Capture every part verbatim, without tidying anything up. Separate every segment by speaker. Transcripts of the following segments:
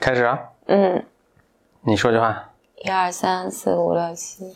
Speaker 1: 开始啊。
Speaker 2: 嗯，
Speaker 1: 你说句话。
Speaker 2: 一二三四五六七。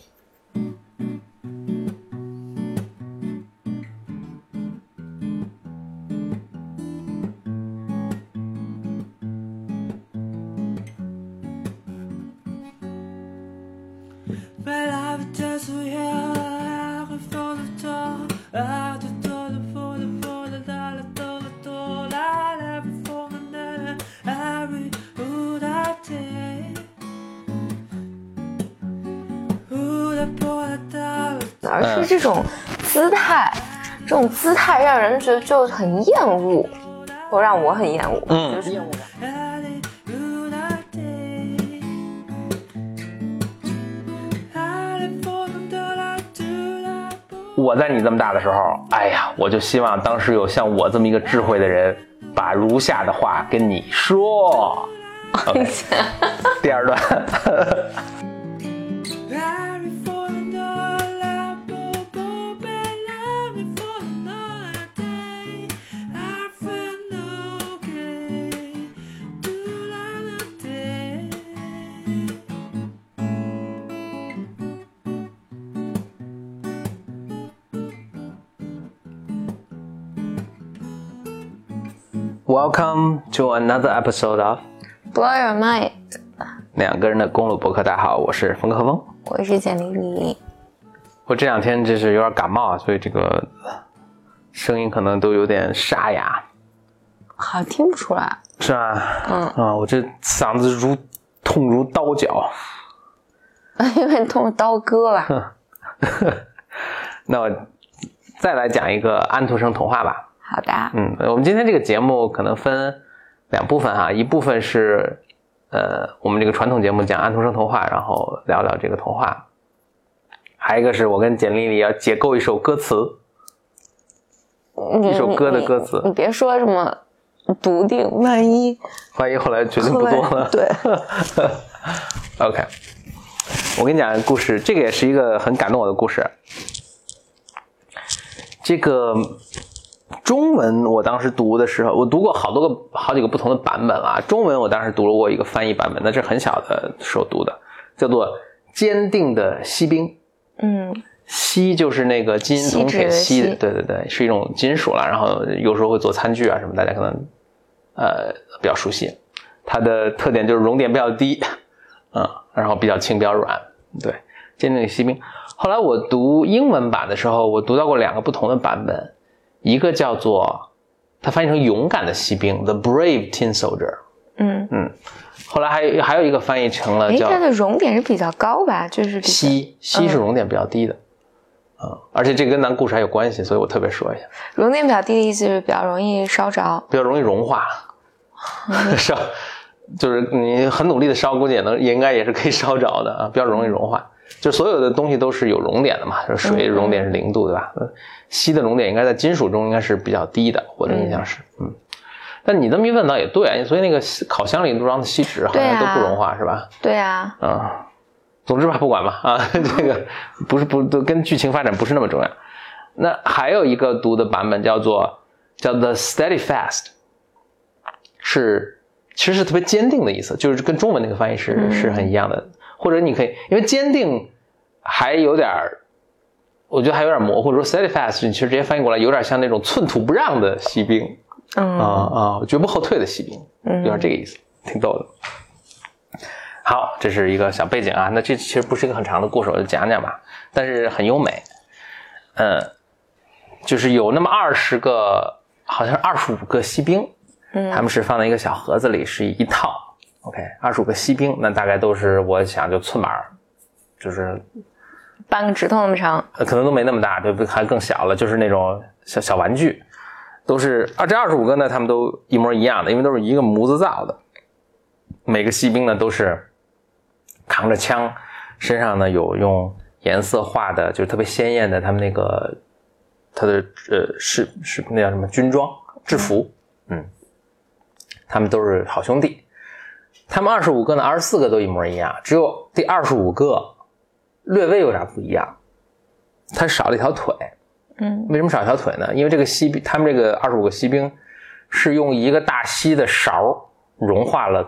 Speaker 2: 而是这种姿态，这种姿态让人觉得就很厌恶，或让我很厌恶。
Speaker 1: 嗯，
Speaker 2: 就是厌恶感。
Speaker 1: 我在你这么大的时候，哎呀，我就希望当时有像我这么一个智慧的人，把如下的话跟你说。Okay, 第二段。Welcome to another episode of
Speaker 2: Blow Your Mind。
Speaker 1: 两个人的公路博客。大家好，我是冯克峰，
Speaker 2: 我是简丽丽。
Speaker 1: 我这两天就是有点感冒，所以这个声音可能都有点沙哑。
Speaker 2: 好，听不出来。
Speaker 1: 是吧？
Speaker 2: 嗯
Speaker 1: 啊，我这嗓子如痛如刀绞。
Speaker 2: 因为痛刀割吧。
Speaker 1: 那我再来讲一个安徒生童话吧。
Speaker 2: 好的。
Speaker 1: 嗯，我们今天这个节目可能分两部分哈，一部分是呃我们这个传统节目讲安徒生童话，然后聊聊这个童话。还有一个是我跟简丽丽要解构一首歌词，一首歌的歌词。
Speaker 2: 你, 你, 你别说什么笃定，万一
Speaker 1: 万一后来决定不做了。
Speaker 2: 对。
Speaker 1: OK， 我跟你讲个故事，这个也是一个很感动我的故事。这个中文我当时读的时候，我读过好多个好几个不同的版本啊。中文我当时读了过一个翻译版本，那是很小的时候读的，叫做《坚定的锡兵》。
Speaker 2: 嗯，
Speaker 1: 锡就是那个金银铜铁锡，对对对，是一种金属了。然后有时候会做餐具啊什么，大家可能呃比较熟悉。它的特点就是熔点比较低，嗯，然后比较轻比较软。对，坚定的锡兵。后来我读英文版的时候，我读到过两个不同的版本。一个叫做它翻译成勇敢的锡兵 The Brave Tin Soldier。
Speaker 2: 嗯
Speaker 1: 嗯，后来还有还有一个翻译成了叫
Speaker 2: 它的熔点是比较高吧，就是
Speaker 1: 锡锡是熔点比较低的。嗯，嗯，而且这跟咱故事还有关系，所以我特别说一下。
Speaker 2: 熔点比较低的意思是比较容易烧着，
Speaker 1: 比较容易融化。烧就是你很努力的烧，估计也能也应该也是可以烧着的啊，比较容易融化。就所有的东西都是有熔点的嘛，水熔点是零度，对吧？锡的熔点应该在金属中应该是比较低的，我的印象是。嗯，但你这么一问倒也对，所以那个烤箱里装的锡纸好像都不融化，是吧？
Speaker 2: 对啊。
Speaker 1: 嗯，总之吧，不管吧啊，这个不是不都跟剧情发展不是那么重要。那还有一个读的版本叫做叫 The Steadfast， 是其实是特别坚定的意思，就是跟中文那个翻译是、嗯、是很一样的。或者你可以，因为坚定还有点，我觉得还有点模糊。说 steadfast 你其实直接翻译过来，有点像那种寸土不让的锡兵，
Speaker 2: 嗯
Speaker 1: 啊啊，绝不后退的锡兵，有点这个意思，挺逗的。好，这是一个小背景啊。那这其实不是一个很长的故事，我就讲讲吧。但是很优美，嗯，就是有那么二十个，好像是二十五个锡兵，嗯，他们是放在一个小盒子里，是一套。OK， 二十五个锡兵，那大概都是我想就寸码，就是
Speaker 2: 半个指头那么长，
Speaker 1: 可能都没那么大，对，还更小了，就是那种小小玩具，都是啊，这二十五个呢，他们都一模一样的，因为都是一个模子造的。每个锡兵呢都是扛着枪，身上呢有用颜色画的，就是特别鲜艳的，他们那个他的呃是是那叫什么军装制服，嗯，他们都是好兄弟。他们二十五个呢，二十四个都一模一样，只有第二十五个略微有点不一样，他少了一条腿。
Speaker 2: 嗯，
Speaker 1: 为什么少一条腿呢？因为这个锡兵，他们这个二十五个锡兵是用一个大锡的勺融化了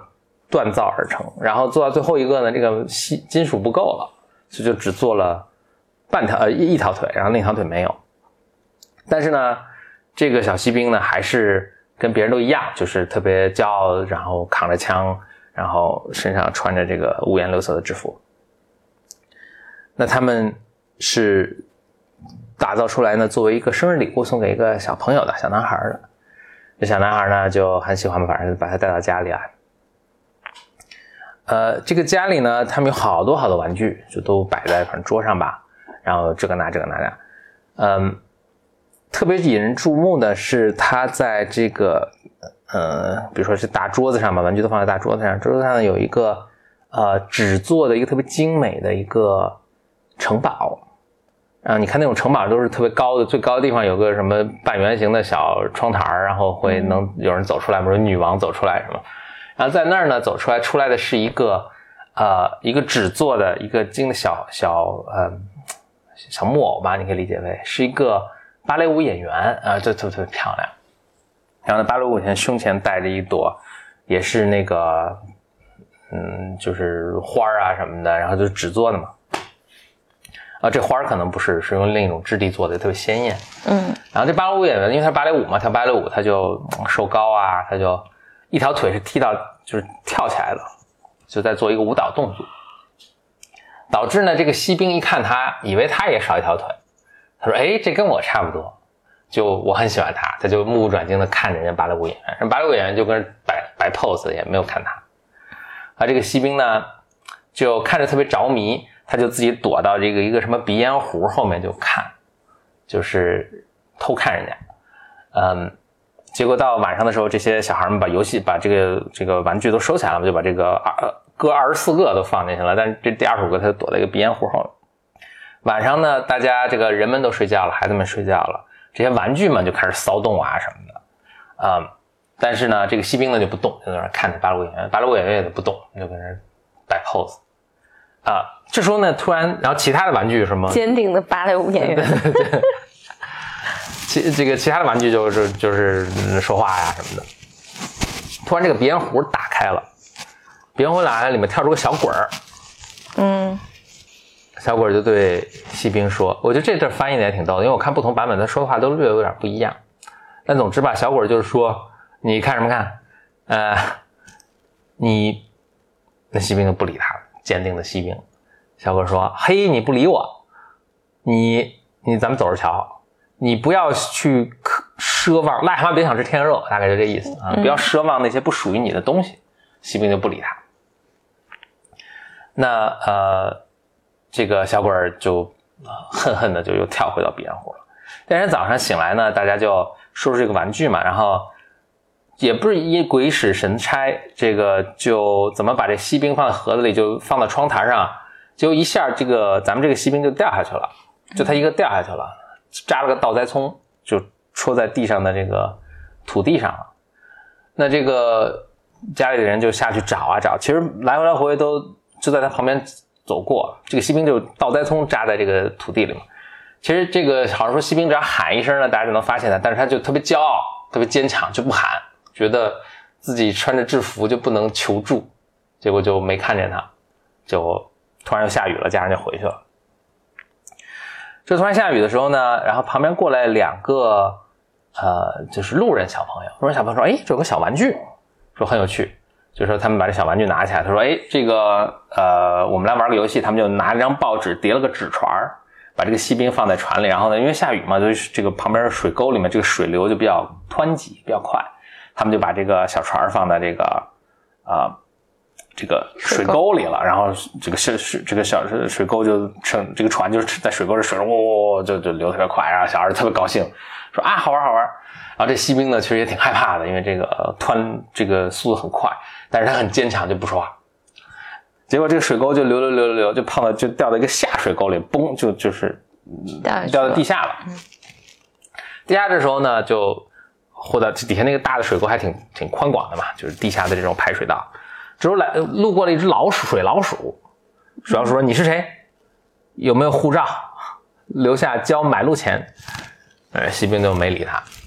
Speaker 1: 锻造而成，然后做到最后一个呢，这个金属不够了，所以就只做了半条呃一条腿，然后另一条腿没有。但是呢，这个小锡兵呢还是跟别人都一样，就是特别骄傲，然后扛着枪，然后身上穿着这个五颜六色的制服。那他们是打造出来呢，作为一个生日礼物送给一个小朋友的小男孩的。这小男孩呢就很喜欢，反正把他带到家里来。呃，这个家里呢，他们有好多好多玩具，就都摆在反正桌上吧，然后这个那这个那的。嗯，特别引人注目的是，他在这个呃，比如说是大桌子上吧，玩具都放在大桌子上，桌子上有一个呃纸做的一个特别精美的一个城堡。然后你看那种城堡都是特别高的，最高的地方有个什么半圆形的小窗台，然后会能有人走出来，比如女王走出来什么。然后在那儿呢，走出来出来的是一个呃一个纸做的一个金的小小呃小木偶吧，你可以理解为是一个芭蕾舞演员啊，这特别漂亮。然后呢，芭蕾舞演员胸前戴着一朵也是那个嗯就是花啊什么的，然后就是纸做的嘛。啊，这花可能不是，是用另一种质地做的，特别鲜艳。
Speaker 2: 嗯，
Speaker 1: 然后这芭蕾舞演员，因为他是芭蕾舞嘛，跳芭蕾舞他就瘦高啊，他就一条腿是踢到，就是跳起来了，就在做一个舞蹈动作，导致呢这个锡兵一看他，以为他也少一条腿，他说：“哎，这跟我差不多。”就我很喜欢他，他就目不转睛的看着人家芭蕾舞演员，人芭蕾舞演员就跟人摆摆 pose， 也没有看他。啊，这个锡兵呢就看着特别着迷。他就自己躲到这个一个什么鼻烟壶后面就看，就是偷看人家。嗯，结果到晚上的时候，这些小孩们把游戏把这个这个玩具都收起来了，就把这个二各二十四个都放进去了，但是这第二十五个他就躲在一个鼻烟壶后面。晚上呢，大家这个人们都睡觉了，孩子们睡觉了，这些玩具们就开始骚动啊什么的。嗯，但是呢，这个锡兵呢就不动，就在那看着芭蕾舞演员，芭蕾舞演员也不动，就跟那摆 pose。啊，这时候呢，突然，然后其他的玩具什么
Speaker 2: 坚定的芭蕾舞演员，
Speaker 1: 对对对，其这个其他的玩具就是就是说话呀什么的。突然这个鼻烟壶打开了，鼻烟壶打开里面跳出个小鬼儿，
Speaker 2: 嗯，
Speaker 1: 小鬼儿就对锡兵说，我觉得这段翻译的也挺逗的，因为我看不同版本他说的话都略有点不一样。但总之吧，小鬼儿就是说，你看什么看？呃，你那锡兵就不理他了。坚定的锡兵，小鬼说：“嘿，你不理我，你你咱们走着瞧，你不要去奢望，癞蛤蟆别想吃天鹅肉，大概就这意思啊，不要奢望那些不属于你的东西。”锡兵就不理他。那呃，这个小鬼就恨恨的就又跳回到鼻烟壶了。第二天早上醒来呢，大家就收拾这个玩具嘛，然后。也不是一鬼使神差，这个就怎么把这锡兵放在盒子里，就放到窗台上，结果一下这个咱们这个锡兵就掉下去了，就他一个掉下去了，扎了个倒栽葱，就戳在地上的这个土地上了。那这个家里的人就下去找啊找，其实来回来回都就在他旁边走过，这个锡兵就倒栽葱扎在这个土地里嘛。其实这个好像说锡兵只要喊一声呢，大家就能发现他，但是他就特别骄傲，特别坚强，就不喊。觉得自己穿着制服就不能求助，结果就没看见他，就突然又下雨了，家人就回去了。这突然下雨的时候呢，然后旁边过来两个呃，就是路人小朋友，路人小朋友说：“哎，这有个小玩具，说很有趣。”就说他们把这小玩具拿起来，他说：“哎，这个呃，我们来玩个游戏。”他们就拿了张报纸，叠了个纸船，把这个锡兵放在船里，然后呢，因为下雨嘛，就是这个旁边水沟里面这个水流就比较湍急，比较快。他们就把这个小船放在这个啊、呃、这个水沟里了，然后这个水这个小水沟就成这个船就是在水沟里水中喔、哦、就就流特别快，然后小孩特别高兴，说啊好玩好玩。然后这锡兵呢其实也挺害怕的，因为这个湍这个速度很快，但是他很坚强就不说话。结果这个水沟就流流流流流，就碰到就掉到一个下水沟里，嘣就就是掉到地下了。嗯、地下这时候呢就。或者底下那个大的水沟还挺挺宽广的嘛，就是地下的这种排水道。之后来路过了一只老鼠，水老鼠。水老鼠说：“你是谁？有没有护照？留下交买路钱。”呃，锡兵就没理他。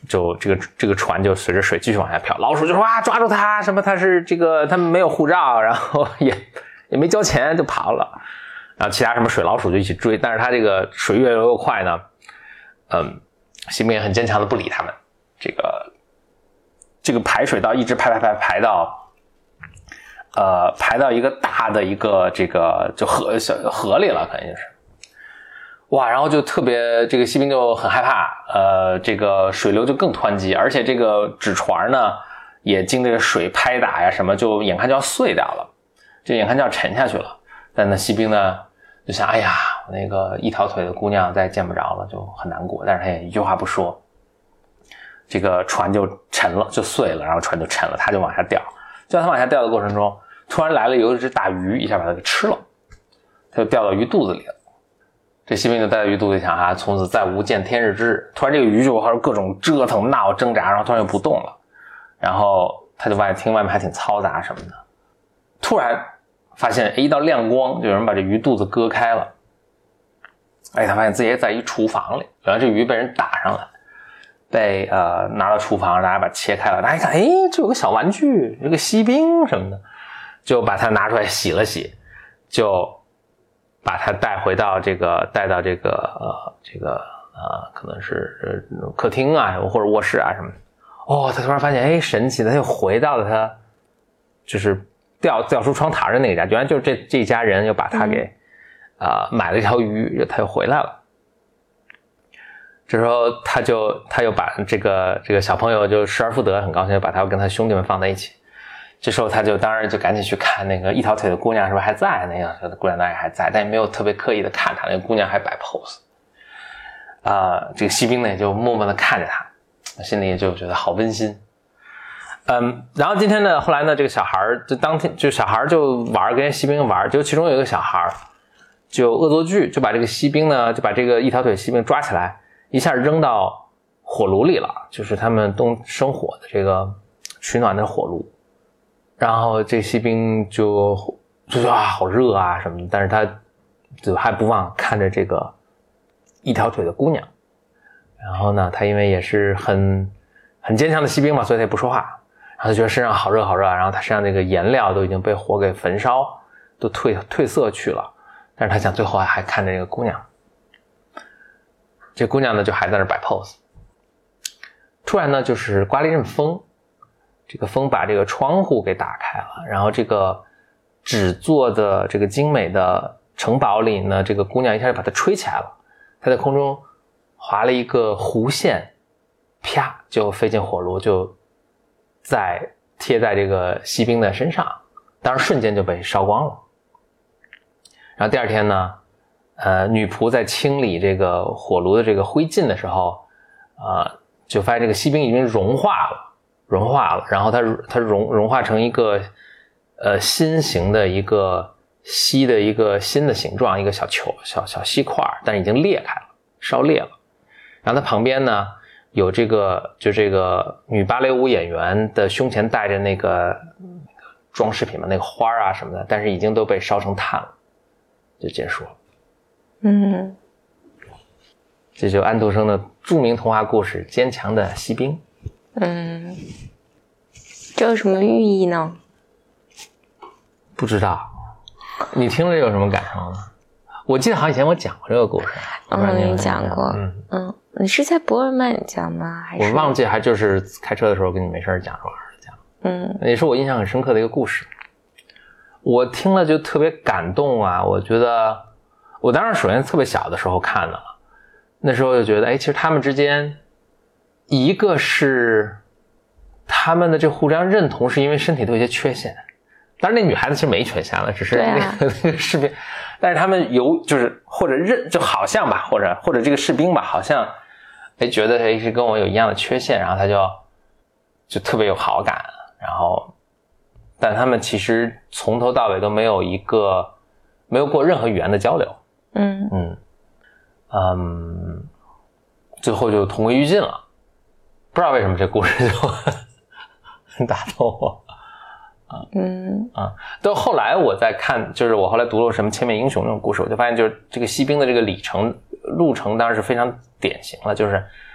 Speaker 1: 就这个这个船就随着水继续往下漂，老鼠就说啊抓住他，什么他是这个他们没有护照，然后也也没交钱就跑了，然后其他什么水老鼠就一起追，但是他这个水越流越快呢，嗯，西兵也很坚强的不理他们，这个这个排水道一直排排排排到，呃，排到一个大的一个这个就河小河里了，肯定是。哇，然后就特别这个西兵就很害怕，呃，这个水流就更湍急，而且这个纸船呢也经这个水拍打呀什么，就眼看就要碎掉了，就眼看就要沉下去了。但那西兵呢就想，哎呀，我那个一条腿的姑娘再见不着了，就很难过，但是他也一句话不说。这个船就沉了，就碎了，然后船就沉了，他就往下掉。就在他往下掉的过程中，突然来了有一只大鱼，一下把他给吃了，他就掉到鱼肚子里了。这西兵就待在鱼肚子里想啊，从此再无见天日之日。突然这个鱼就开始各种折腾闹挣扎，然后突然又不动了，然后他就外听外面还挺嘈杂什么的。突然发现一道亮光，就有人把这鱼肚子割开了。哎，他发现自己也在一厨房里，原来这鱼被人打上了，被呃拿到厨房，大家把它切开了，大家一看，哎，这有个小玩具，有个西兵什么的，就把它拿出来洗了洗，就把它带回到这个带到这个呃这个呃可能是客厅啊或者卧室啊什么的。哦，他突然发现，哎，神奇的，他又回到了他就是掉掉出窗台的那个家，原来就是这这一家人又把他给啊、嗯呃、买了一条鱼，他又回来了。这时候他就他又把这个这个小朋友就失而复得，很高兴，把他跟他兄弟们放在一起。这时候他就当然就赶紧去看那个一条腿的姑娘是不是还在，那个姑娘当然还在，但也没有特别刻意的看她，那个姑娘还摆 pose。啊、呃，这个西兵呢也就默默的看着她，心里也就觉得好温馨。嗯，然后今天呢，后来呢，这个小孩就当天就小孩就玩跟西兵玩，就其中有一个小孩就恶作剧，就把这个西兵呢就把这个一条腿西兵抓起来，一下扔到火炉里了，就是他们东生火的这个取暖的火炉。然后这个西兵就就说啊好热啊什么的，但是他就还不忘看着这个一条腿的姑娘。然后呢，他因为也是很很坚强的西兵嘛，所以他也不说话。然后他觉得身上好热好热，然后他身上那个颜料都已经被火给焚烧，都褪褪色去了。但是他想最后还看着这个姑娘，这姑娘呢就还在那摆 pose。突然呢，就是刮了一阵风。这个风把这个窗户给打开了，然后这个纸做的这个精美的城堡里呢，这个姑娘一下就把它吹起来了，她在空中划了一个弧线，啪就飞进火炉，就在贴在这个西兵的身上，当然瞬间就被烧光了。然后第二天呢，呃，女仆在清理这个火炉的这个灰烬的时候，呃，就发现这个西兵已经融化了。融化了，然后它它融融化成一个呃心形的一个锡的一个新的形状，一个小球小小锡块，但已经裂开了，烧裂了。然后它旁边呢有这个就这个女芭蕾舞演员的胸前戴着那个装饰品嘛，那个花啊什么的，但是已经都被烧成炭了，就结束了。
Speaker 2: 嗯，
Speaker 1: 这就安徒生的著名童话故事《坚强的锡兵》。
Speaker 2: 嗯，这有什么寓意呢？
Speaker 1: 不知道，你听了有什么感受呢？我记得好像以前我讲过这个故事。
Speaker 2: 嗯，你讲过。嗯嗯，你是在博尔曼讲吗？还是
Speaker 1: 我忘记，还就是开车的时候跟你没事讲着玩讲。
Speaker 2: 嗯，
Speaker 1: 也是我印象很深刻的一个故事。我听了就特别感动啊！我觉得，我当然首先特别小的时候看的了，那时候就觉得，哎，其实他们之间。一个是他们的这互相认同是因为身体都有些缺陷，当然那女孩子其实没缺陷了，只是那个、啊、那个士兵，但是他们有就是或者认就好像吧，或者或者这个士兵吧，好像哎觉得哎是跟我有一样的缺陷，然后他就就特别有好感，然后但他们其实从头到尾都没有一个没有过任何语言的交流，
Speaker 2: 嗯
Speaker 1: 嗯嗯，最后就同归于尽了。不知道为什么这故事就很打动我，啊，
Speaker 2: 嗯
Speaker 1: 啊，到后来我在看，就是我后来读了什么千面英雄那种故事，我就发现就是这个西兵的这个里程路程当然是非常典型了，就是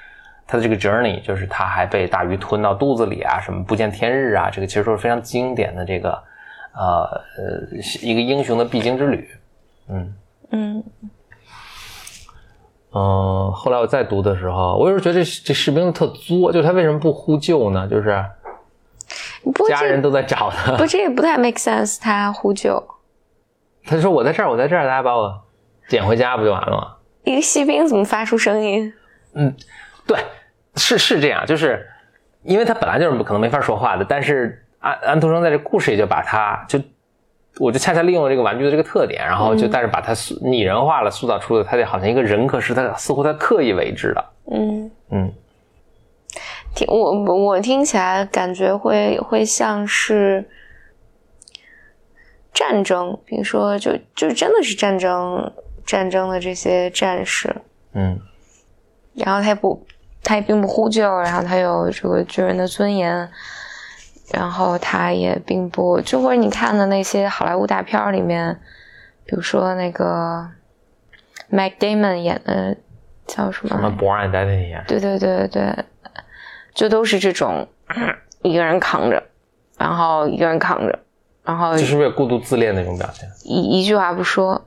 Speaker 1: 他的这个 journey， 就是他还被大鱼吞到肚子里啊，什么不见天日啊，这个其实都是非常经典的这个呃呃一个英雄的必经之旅。嗯
Speaker 2: 嗯
Speaker 1: 嗯、呃，后来我再读的时候，我有时候觉得这这士兵特作，就是他为什么不呼救呢？就是家人都在找他，
Speaker 2: 不，这也不太 make sense。他呼救，
Speaker 1: 他说我在这儿，我在这儿，大家把我捡回家不就完了吗？
Speaker 2: 一个锡兵怎么发出声音？
Speaker 1: 嗯，对，是是这样，就是因为他本来就是可能没法说话的，但是安安徒生在这故事里就把他就，我就恰恰利用了这个玩具的这个特点，然后就但是把他拟人化了，塑造出了他好像一个人格是他似乎他刻意为之的。
Speaker 2: 嗯
Speaker 1: 嗯，
Speaker 2: 听我我听起来感觉会会像是战争，比如说就就真的是战争战争的这些战士。
Speaker 1: 嗯。
Speaker 2: 然后他也不，他也并不呼救，然后他有这个军人的尊严，然后他也并不，就或者你看的那些好莱坞大片里面，比如说那个 Matt Damon 演的叫什么？
Speaker 1: 什么 Born Identity？
Speaker 2: 对对对对，就都是这种一个人扛着，然后一个人扛着，然后
Speaker 1: 就是为了孤独自恋那种表现，
Speaker 2: 一一句话不说。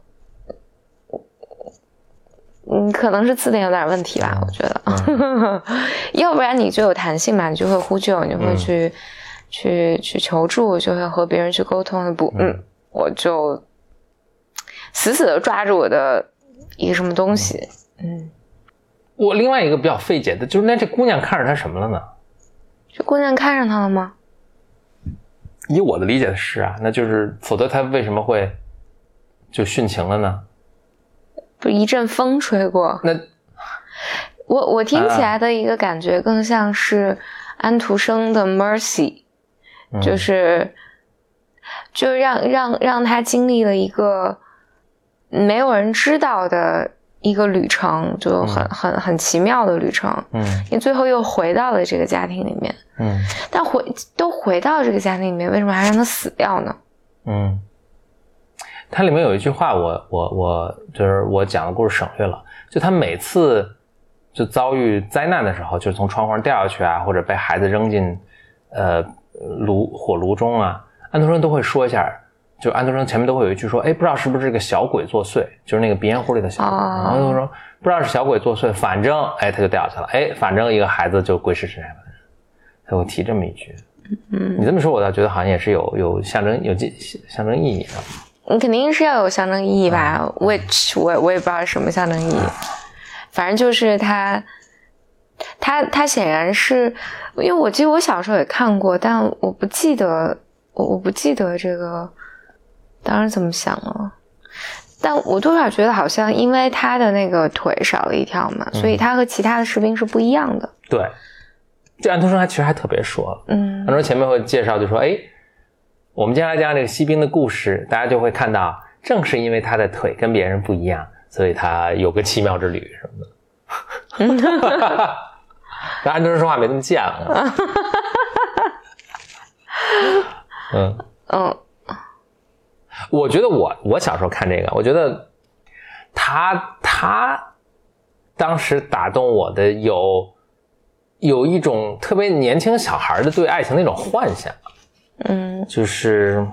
Speaker 2: 嗯，可能是字典有点问题吧，我觉得。嗯、要不然你就有弹性嘛，你就会呼救，你就会去、嗯、去去求助，就会和别人去沟通。不，嗯，嗯我就死死的抓住我的一个什么东西。嗯，
Speaker 1: 我另外一个比较费解的就是，那这姑娘看上他什么了呢？
Speaker 2: 这姑娘看上他了吗？
Speaker 1: 以我的理解是啊，那就是否则他为什么会就殉情了呢？
Speaker 2: 不是一阵风吹过，
Speaker 1: 那
Speaker 2: 我我听起来的一个感觉更像是安徒生的 Mercy，、嗯、就是就让让让他经历了一个没有人知道的一个旅程，就很、嗯、很很奇妙的旅程。嗯，因为最后又回到了这个家庭里面。嗯，但回都回到这个家庭里面，为什么还让他死掉呢？
Speaker 1: 嗯。它里面有一句话我，我我我就是我讲的故事省略了。就他每次就遭遇灾难的时候，就是从窗户上掉下去啊，或者被孩子扔进呃炉火炉中啊，安徒生都会说一下。就安徒生前面都会有一句说，哎，不知道是不是这个小鬼作祟，就是那个鼻烟壶里的小鬼。然后就说不知道是小鬼作祟，反正哎他就掉下去了，哎，反正一个孩子就鬼使神差了。他会提这么一句。嗯，你这么说，我倒觉得好像也是有有象征有象征意义的。
Speaker 2: 你肯定是要有象征意义吧、嗯、which 我我也不知道什么象征意义、嗯、反正就是他他他显然是因为我记得我小时候也看过，但我不记得我我不记得这个当时怎么想了，但我多少觉得好像因为他的那个腿少了一条嘛、嗯、所以他和其他的士兵是不一样的。
Speaker 1: 对，这安徒生还其实还特别说了，嗯，安徒生前面会介绍就说，哎，我们接下来讲这个锡兵的故事，大家就会看到，正是因为他的腿跟别人不一样，所以他有个奇妙之旅什么的。但安徒生说话没这么犟啊。嗯嗯，我觉得我我小时候看这个，我觉得他他当时打动我的有有一种特别年轻小孩的对爱情的一种幻想。嗯，就是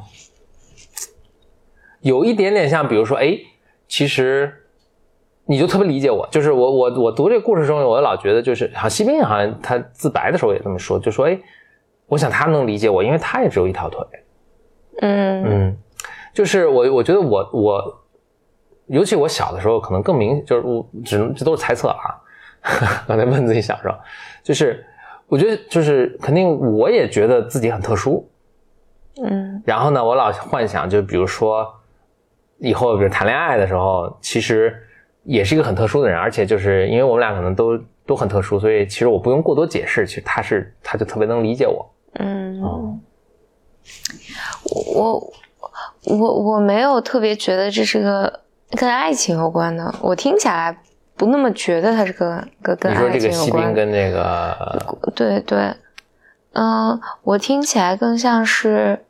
Speaker 1: 有一点点像，比如说，哎，其实你就特别理解我，就是我我我读这个故事中，我老觉得就是，好像锡兵好像他自白的时候也这么说，就说，哎，我想他能理解我，因为他也只有一条腿。嗯嗯，就是我我觉得我我，尤其我小的时候可能更明，就是我只能这都是猜测啊，刚才问自己小时候，就是我觉得就是肯定我也觉得自己很特殊。嗯，然后呢，我老幻想，就比如说以后比如谈恋爱的时候，其实也是一个很特殊的人，而且就是因为我们俩可能都都很特殊，所以其实我不用过多解释，其实他是他就特别能理解我。嗯，嗯
Speaker 2: 我我我没有特别觉得这是个跟爱情有关的，我听起来不那么觉得它是个个跟爱情有关。
Speaker 1: 你说这个锡兵跟那个，
Speaker 2: 对对，嗯、呃，我听起来更像是。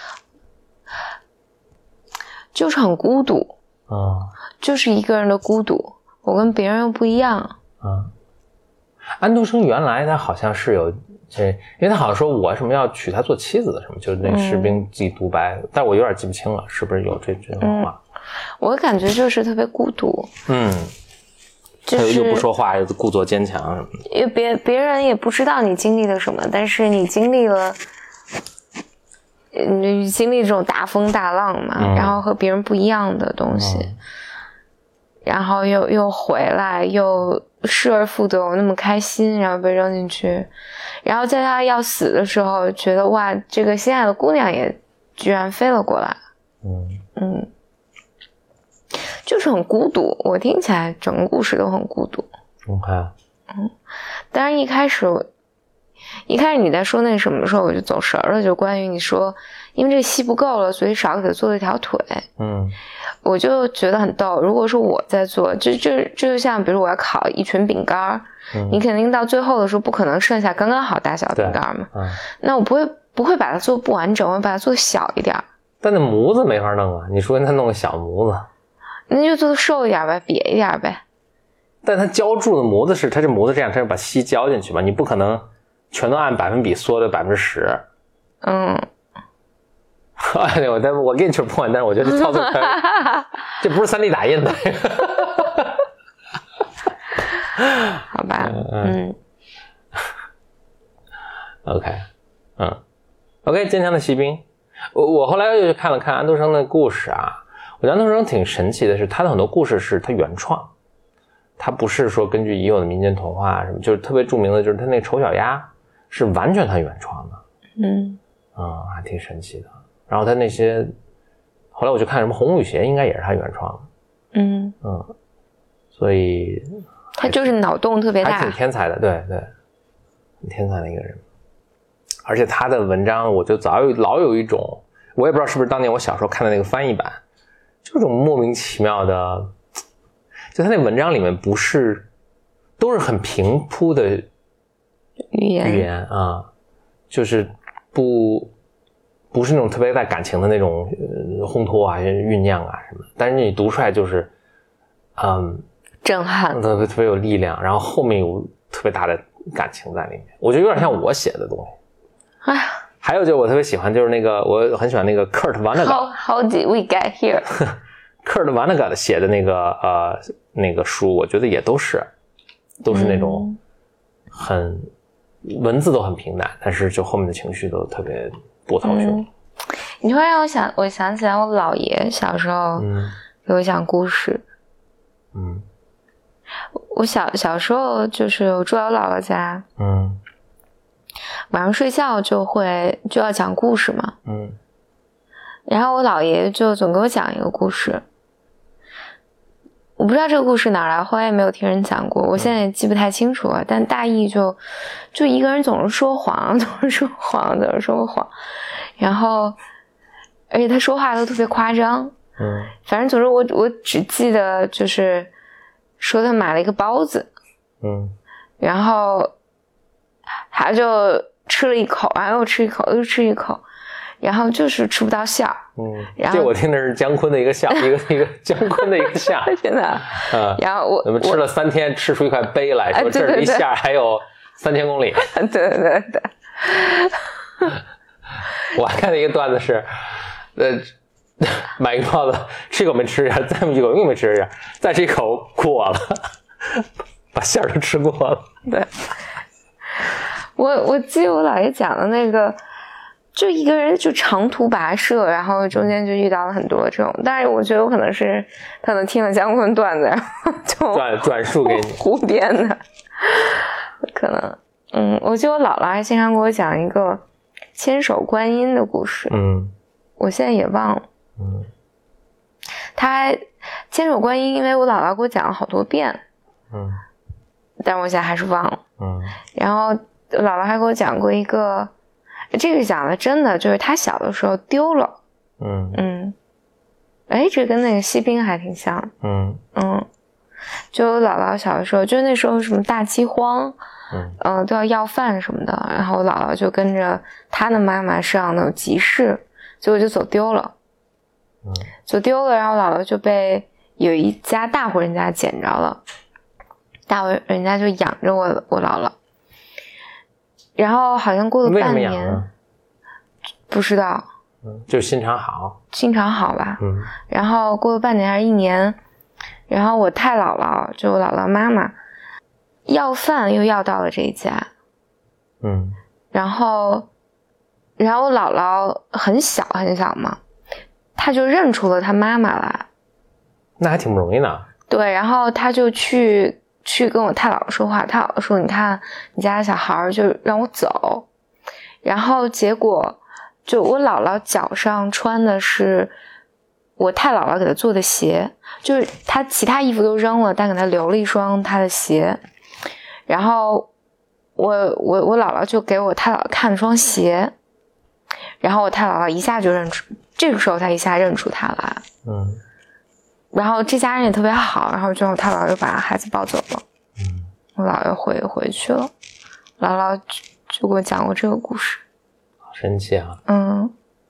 Speaker 2: 就是很孤独，嗯，就是一个人的孤独，我跟别人又不一样。
Speaker 1: 嗯， 安徒生原来他好像是有这，因为他好像说我什么要娶她做妻子的什么，就是那个士兵记独白，嗯、但我有点记不清了，是不是有这这种话？
Speaker 2: 嗯、我感觉就是特别孤独。
Speaker 1: 嗯。就是又不说话，又故作坚强什么的。
Speaker 2: 因为别别人也不知道你经历了什么，但是你经历了，你经历这种大风大浪嘛，嗯、然后和别人不一样的东西，嗯、然后又又回来，又失而复得，我那么开心，然后被扔进去，然后在他要死的时候，觉得哇，这个心爱的姑娘也居然飞了过来，嗯嗯。就是很孤独，我听起来整个故事都很孤独。
Speaker 1: OK，
Speaker 2: 嗯，当然一开始，一开始你在说那什么的时候，我就走神了，就关于你说，因为这戏不够了，所以少给他做了一条腿。嗯，我就觉得很逗。如果是我在做，这这这就像比如我要烤一群饼干，嗯、你肯定到最后的时候不可能剩下刚刚好大小的饼干嘛。嗯，那我不会不会把它做不完整，我会把它做小一点。
Speaker 1: 但那模子没法弄啊，你说他弄个小模子。
Speaker 2: 那就做瘦一点呗，瘪一点呗。
Speaker 1: 但它浇筑的模子是，它这模子这样，它是把锡浇进去嘛，你不可能全都按百分比缩的百分之十。嗯。哎我但我给你去破，但是我觉得这操作可以，这不是三 D 打印的。
Speaker 2: 好吧，嗯。嗯
Speaker 1: OK， 嗯 ，OK， 坚强的骑兵。我我后来又去看了看安徒生的故事啊。我觉得安徒生挺神奇的是，他的很多故事是他原创，他不是说根据已有的民间童话什么，就是特别著名的，就是他那个丑小鸭是完全他原创的，嗯，啊、嗯，还挺神奇的。然后他那些，后来我去看什么红雨鞋，应该也是他原创的，嗯嗯，所以
Speaker 2: 他就是脑洞特别大，
Speaker 1: 还挺天才的，对对，很天才的一个人。而且他的文章，我就早有老有一种，我也不知道是不是当年我小时候看的那个翻译版。这种莫名其妙的，就他那文章里面不是都是很平铺的
Speaker 2: 语言
Speaker 1: 语言啊，就是不不是那种特别带感情的那种、呃、烘托啊、酝酿啊什么的，但是你读出来就是嗯
Speaker 2: 震撼，
Speaker 1: 特别特别有力量，然后后面有特别大的感情在里面，我觉得有点像我写的东西。哎呀。还有就是我特别喜欢，就是那个我很喜欢那个 Kurt Vonnegut。
Speaker 2: How How did we get here？
Speaker 1: Kurt Vonnegut 写的那个呃那个书，我觉得也都是都是那种很、嗯、文字都很平淡，但是就后面的情绪都特别波涛汹。嗯、
Speaker 2: 你会让我想，我想起来我姥爷小时候给我讲故事。嗯，我小小时候就是我住在我姥姥家。嗯。晚上睡觉就会就要讲故事嘛，嗯，然后我姥爷就总给我讲一个故事，我不知道这个故事哪来，后来也没有听人讲过，我现在也记不太清楚了，但大意就就一个人总是说谎，总是说谎，总是说谎，然后而且他说话都特别夸张，嗯，反正总之我我只记得就是说他买了一个包子，嗯，然后他就吃了一口，然后又吃一口，又吃一口，然后就是吃不到馅儿。嗯，然后
Speaker 1: 这我听的是姜昆的一个馅，一个一个姜昆的一个馅。
Speaker 2: 真的。嗯。然后我
Speaker 1: 我们吃了三天，吃出一块碑来，说这离馅还有三千公里。
Speaker 2: 对对对对。
Speaker 1: 我还看了一个段子是，呃，买一个包子，吃一口没吃下，再一口又没吃下，再吃一口过了，把馅儿都吃过了。
Speaker 2: 对。我我记得我姥爷讲的那个，就一个人就长途跋涉，然后中间就遇到了很多这种，但是我觉得我可能是可能听了姜昆段子，然后就
Speaker 1: 转转述给你
Speaker 2: 胡编的，可能嗯，我记得我姥姥还经常给我讲一个千手观音的故事，嗯，我现在也忘了，嗯，他千手观音，因为我姥姥给我讲了好多遍，嗯，但我现在还是忘了，嗯，然后。姥姥还给我讲过一个，这个讲的真的就是他小的时候丢了，嗯嗯，哎，这跟那个锡兵还挺像，嗯嗯，就姥姥小的时候，就那时候什么大饥荒，嗯嗯、呃，都要要饭什么的，然后姥姥就跟着他的妈妈上那种集市，结果就走丢了，嗯，走丢了，然后姥姥就被有一家大户人家捡着了。 大文人家就养着我我姥姥，然后好像过了半年，
Speaker 1: 为什么养呢？
Speaker 2: 不知道，
Speaker 1: 嗯，就心肠好，
Speaker 2: 心肠好吧，
Speaker 1: 嗯，
Speaker 2: 然后过了半年还是一年，然后我太姥姥就我姥姥妈妈要饭又要到了这一家，
Speaker 1: 嗯，
Speaker 2: 然后然后我姥姥很小很小嘛，她就认出了她妈妈来，
Speaker 1: 那还挺不容易的。
Speaker 2: 对，然后她就去去跟我太姥姥说话，太姥姥说你看你家的小孩就让我走，然后结果就我姥姥脚上穿的是我太姥姥给她做的鞋，就是她其他衣服都扔了，但给她留了一双她的鞋，然后我我我姥姥就给我太姥姥看了双鞋，然后我太姥姥一下就认出，这个时候她一下认出她来，
Speaker 1: 嗯，
Speaker 2: 然后这家人也特别好，然后最后太姥姥又把孩子抱走了，
Speaker 1: 嗯，
Speaker 2: 我姥姥回回去了，姥姥就就给我讲过这个故事，
Speaker 1: 好神奇啊。
Speaker 2: 嗯，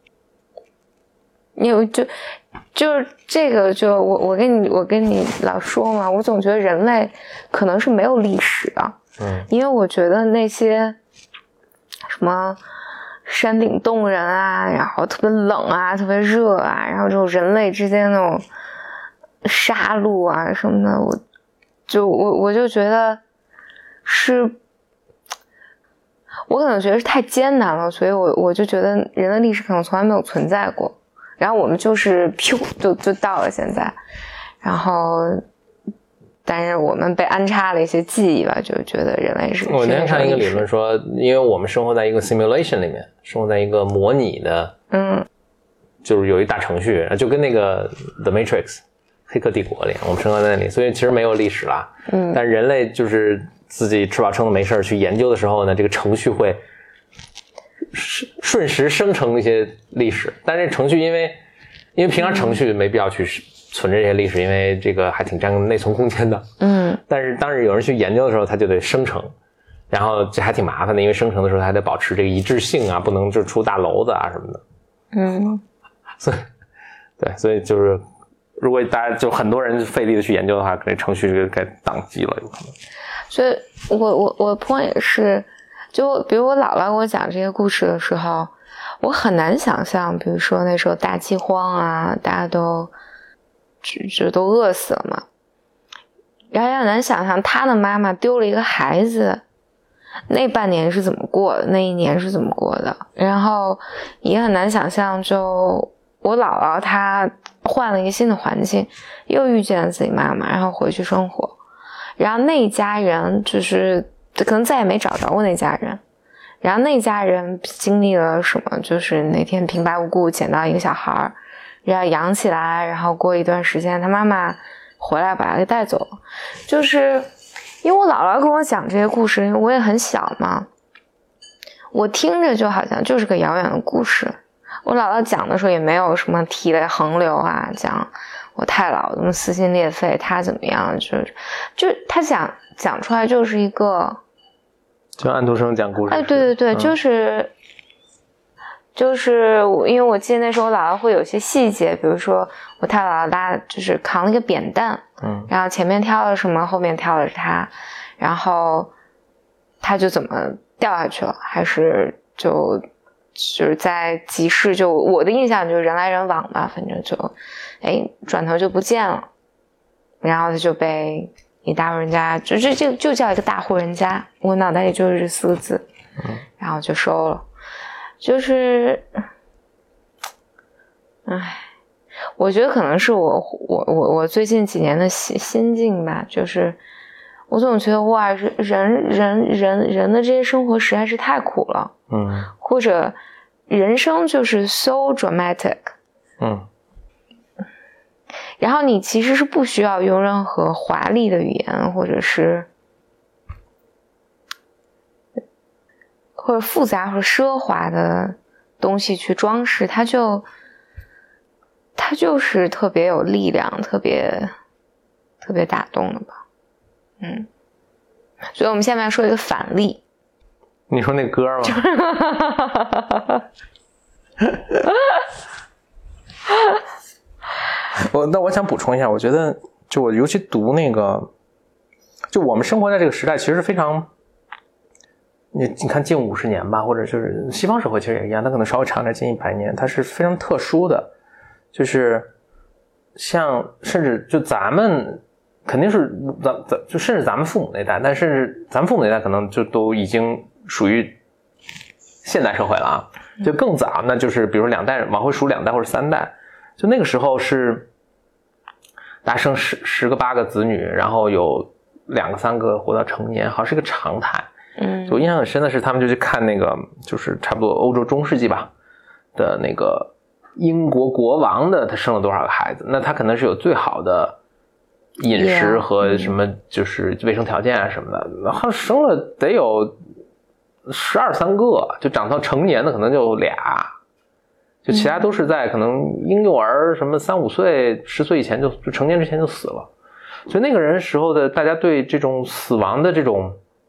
Speaker 2: 因为就就是这个就我我跟你我跟你老说嘛，我总觉得人类可能是没有历史的，
Speaker 1: 嗯，
Speaker 2: 因为我觉得那些什么山顶洞人啊，然后特别冷啊，特别热啊，然后这种人类之间那种杀戮啊什么的，我就我我就觉得是。我可能觉得是太艰难了，所以我我就觉得人的历史可能从来没有存在过，然后我们就是噗就就到了现在，然后但是我们被安插了一些记忆吧，就觉得人类是。
Speaker 1: 我那天看一个理论说，因为我们生活在一个 simulation 里面，生活在一个模拟的，
Speaker 2: 嗯，
Speaker 1: 就是有一大程序，就跟那个 The Matrix 黑客帝国里，我们生活在那里，所以其实没有历史啦。
Speaker 2: 嗯，
Speaker 1: 但人类就是自己吃饱撑的没事去研究的时候呢，这个程序会瞬时生成一些历史，但这程序因为因为平常程序没必要去存这些历史，因为这个还挺占内存空间的。
Speaker 2: 嗯，
Speaker 1: 但是当时有人去研究的时候，他就得生成，然后这还挺麻烦的，因为生成的时候还得保持这个一致性啊，不能就出大娄子啊什么的。
Speaker 2: 嗯，
Speaker 1: 所以对，所以就是如果大家就很多人费力的去研究的话，这程序就该宕机了，有可能。
Speaker 2: 所以我我我 point 也是，就比如我姥姥给我讲这些故事的时候，我很难想象，比如说那时候大饥荒啊，大家都就就都饿死了嘛，然后也很难想象他的妈妈丢了一个孩子，那半年是怎么过的，那一年是怎么过的，然后也很难想象，就我姥姥她换了一个新的环境，又遇见了自己妈妈，然后回去生活。然后那一家人就是可能再也没找着过那家人，然后那家人经历了什么，就是那天平白无故捡到一个小孩，然后养起来，然后过一段时间他妈妈回来把他给带走了。就是因为我姥姥跟我讲这些故事，我也很小嘛，我听着就好像就是个遥远的故事。我姥姥讲的时候也没有什么涕泪横流啊，讲我太姥怎么撕心裂肺，他怎么样，就是就他讲讲出来就是一个，
Speaker 1: 就安徒生讲故事。
Speaker 2: 哎，对对对，
Speaker 1: 嗯、
Speaker 2: 就是就是因为我记得那时候我姥姥会有些细节，比如说我太姥姥拉就是扛了一个扁担，
Speaker 1: 嗯，
Speaker 2: 然后前面挑了什么，后面挑的是他，然后他就怎么掉下去了，还是就就是在集市，就我的印象就是人来人往吧，反正就哎转头就不见了，然后他就被一大户人家，就这就就叫一个大户人家，我脑袋里就是这四个字，
Speaker 1: 嗯，
Speaker 2: 然后就收了，就是唉，我觉得可能是我我我我最近几年的心心境吧，就是我总觉得哇，人人人人人的这些生活实在是太苦了，
Speaker 1: 嗯，
Speaker 2: 或者人生就是 so dramatic，
Speaker 1: 嗯，
Speaker 2: 然后你其实是不需要用任何华丽的语言，或者是或者复杂或者奢华的东西去装饰，它就它就是特别有力量，特别特别打动的吧。嗯，所以我们下面要说一个反例。
Speaker 1: 你说那歌吗？我那我想补充一下，我觉得就我尤其读那个， 就我们生活在这个时代其实是非常，你你看近五十年吧，或者就是西方社会其实也一样，它可能稍微长点，近一百年，它是非常特殊的，就是像甚至就咱们肯定是咱咱就甚至咱们父母那代，但甚至咱们父母那代可能就都已经属于现代社会了啊，就更早，那就是比如说两代往回数两代或者三代，就那个时候是大家生十十个八个子女，然后有两个三个活到成年，好像是个常态。
Speaker 2: 嗯，
Speaker 1: 我印象很深的是他们就去看那个就是差不多欧洲中世纪吧的那个英国国王的他生了多少个孩子，那他可能是有最好的饮食和什么就是卫生条件啊什么的，然后生了得有十二三个，就长到成年的可能就俩，就其他都是在可能婴幼儿什么三五岁十岁以前就就成年之前就死了，所以那个人时候的大家对这种死亡的这种，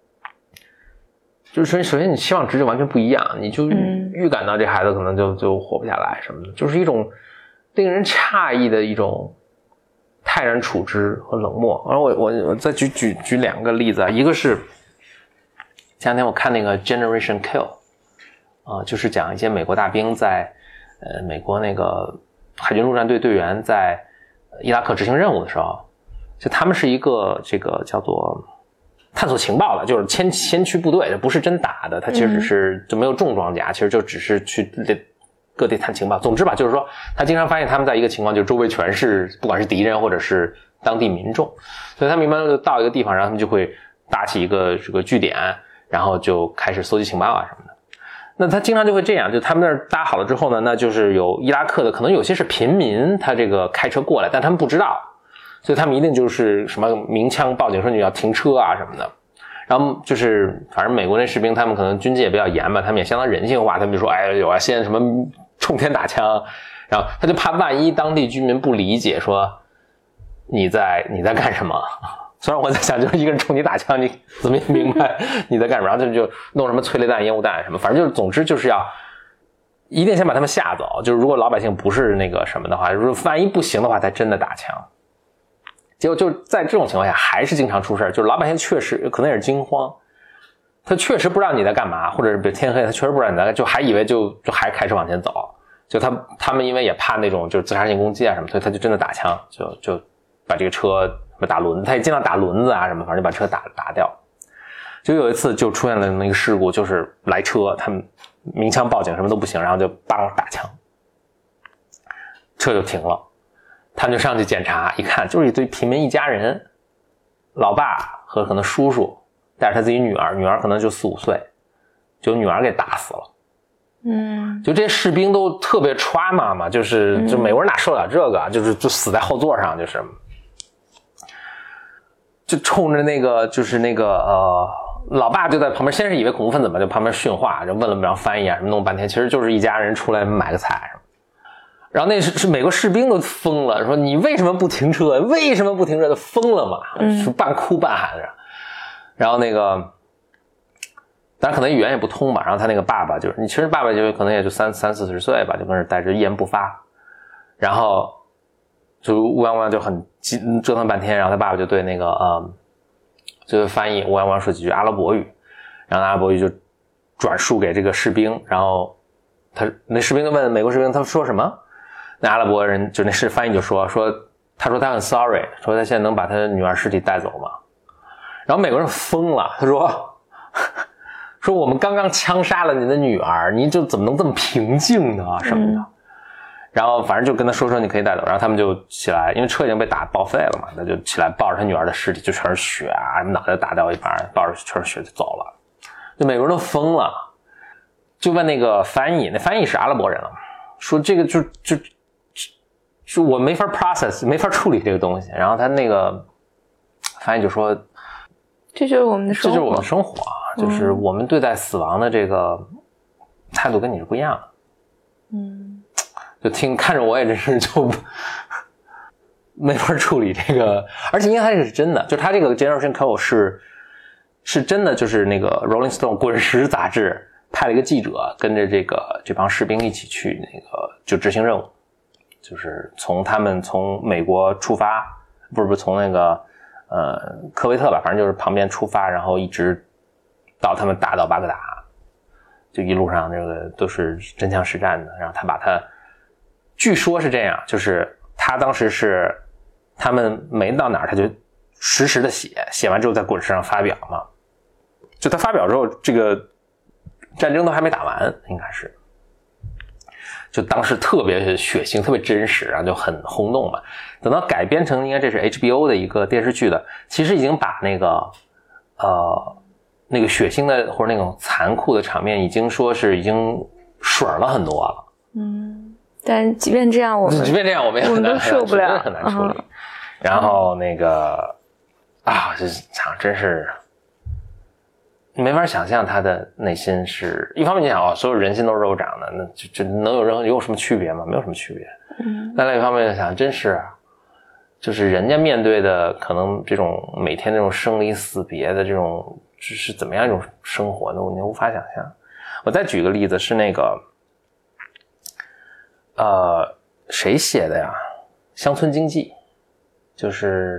Speaker 1: 就是首先你期望值就完全不一样，你就预感到这孩子可能就就活不下来什么的，就是一种令人诧异的一种泰然处之和冷漠。然后我我我再举举举两个例子啊，一个是前两天我看那个 Generation Kill 啊、呃，就是讲一些美国大兵在呃美国那个海军陆战队队员在伊拉克执行任务的时候，就他们是一个这个叫做探索情报的，就是先先驱部队，不是真打的，他其实只是就没有重装甲，其实就只是去各地探情报。总之吧，就是说他经常发现他们在一个情况，就是周围全是不管是敌人或者是当地民众，所以他们一般就到一个地方，然后他们就会搭起一个这个据点，然后就开始搜集情报啊什么的。那他经常就会这样，就他们那儿搭好了之后呢，那就是有伊拉克的，可能有些是平民，他这个开车过来，但他们不知道，所以他们一定就是什么鸣枪报警说你要停车啊什么的。然后就是反正美国那士兵他们可能军纪也比较严吧，他们也相当人性化，他们就说哎有啊，现在什么冲天打枪，然后他就怕万一当地居民不理解，说你在你在干什么。虽然我在想，就是一个人冲你打枪，你怎么也明白你在干什么，然后他们就弄什么催泪弹、烟雾弹什么，反正就是，总之就是要一定先把他们吓走。就是如果老百姓不是那个什么的话，如果万一不行的话，才真的打枪。结果就在这种情况下，还是经常出事，就是老百姓确实可能也是惊慌，他确实不知道你在干嘛，或者是比如天黑，他确实不知道你在干嘛，就还以为就就还开始往前走。就他他们因为也怕那种就是自杀性攻击啊什么，所以他就真的打枪，就就把这个车。什么打轮子，他也经常打轮子啊什么，反正就把车打打掉。就有一次就出现了那个事故，就是来车，他们鸣枪报警什么都不行，然后就梆打枪，车就停了。他们就上去检查，一看就是一堆平民一家人，老爸和可能叔叔带着他自己女儿，女儿可能就四五岁，就女儿给打死了。
Speaker 2: 嗯，
Speaker 1: 就这些士兵都特别 trauma 嘛，就是就美国人哪受得了这个，就是就死在后座上，就是。就冲着那个就是那个呃，老爸就在旁边，先是以为恐怖分子嘛，就旁边训话，就问了不让翻译啊什么，弄半天，其实就是一家人出来买个菜。然后那是是美国士兵都疯了，说你为什么不停车？为什么不停车？都疯了嘛，是半哭半喊着。然后那个，当然可能语言也不通吧。然后他那个爸爸就是，你其实爸爸就可能也就三三四十岁吧，就跟那带着一言不发，然后。就乌泱乌泱就很折腾半天，然后他爸爸就对那个呃，就对翻译乌泱乌泱说几句阿拉伯语，然后阿拉伯语就转述给这个士兵，然后他那士兵就问美国士兵他说什么，那阿拉伯人就那士翻译就说说他说他很 sorry， 说他现在能把他的女儿尸体带走吗？然后美国人疯了，他说说我们刚刚枪杀了你的女儿，你就怎么能这么平静呢什么的。嗯，然后反正就跟他说说你可以带走，然后他们就起来，因为车已经被打报废了嘛，他就起来抱着他女儿的尸体，就全是血啊，脑袋打掉一半，抱着全是血就走了。就美国人都疯了，就问那个翻译，那翻译是阿拉伯人了，说这个就就就我没法 process， 没法处理这个东西。然后他那个翻译就说，
Speaker 2: 这就是我们的生活，
Speaker 1: 这就是我们的生活啊，就是我们对待死亡的这个态度跟你是不一样的。嗯。就听看着我也真是就没法处理这个，而且应该是真的，就他这个 Generation Kill 是是真的，就是那个 Rolling Stone 滚石杂志派了一个记者跟着这个这帮士兵一起去那个就执行任务，就是从他们从美国出发，不是不是从那个呃科威特吧，反正就是旁边出发，然后一直到他们打到巴格达，就一路上这个都是真枪实战的。然后他把他，据说是这样，就是他当时是他们没到哪儿，他就实时的写，写完之后在滚石上发表嘛。就他发表之后，这个战争都还没打完，应该是。就当时特别血腥，特别真实，然后就很轰动嘛。等到改编成应该这是 H B O 的一个电视剧的，其实已经把那个呃那个血腥的或者那种残酷的场面，已经说是已经水了很多了。
Speaker 2: 嗯，但即便这样，我们
Speaker 1: 即便这样，我们也
Speaker 2: 很难，受不了，
Speaker 1: 很难处理。嗯、然后那个啊，这场真是。没法想象他的内心是一方面，你想啊、哦，所有人心都是肉长的，那就就能有任何有什么区别吗？没有什么区别。嗯。但另一方面想，真是，就是人家面对的可能这种每天这种生离死别的这种，是是怎么样一种生活呢？你无法想象。我再举个例子，是那个，呃，谁写的呀？乡村经济，就是。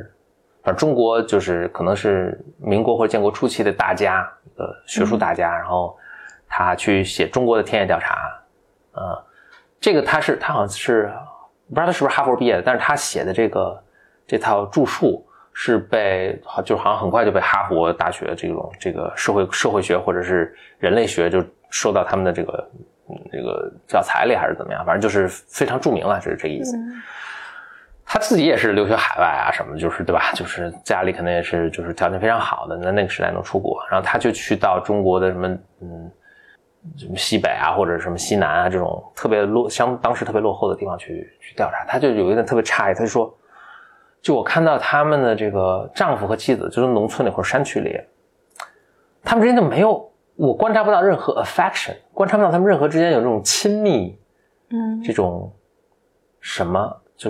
Speaker 1: 反正中国就是可能是民国或者建国初期的大家，一个学术大家，嗯、然后他去写中国的田野调查，呃，这个他是他好像是不知道他是不是哈佛毕业的，但是他写的这个这套著述是被就好像很快就被哈佛大学这种这个社会社会学或者是人类学就收到他们的这个这个教材里还是怎么样，反正就是非常著名了，就是这个意思。嗯，他自己也是留学海外啊什么，就是对吧？就是家里可能也是就是条件非常好的，那那个时代能出国，然后他就去到中国的什么嗯什么西北啊或者什么西南啊这种特别落相当时特别落后的地方去去调查，他就有一点特别诧异，他就说，就我看到他们的这个丈夫和妻子，就是农村里或者山区里，他们之间就没有，我观察不到任何 affection， 观察不到他们任何之间有这种亲密，嗯，这种什么就是。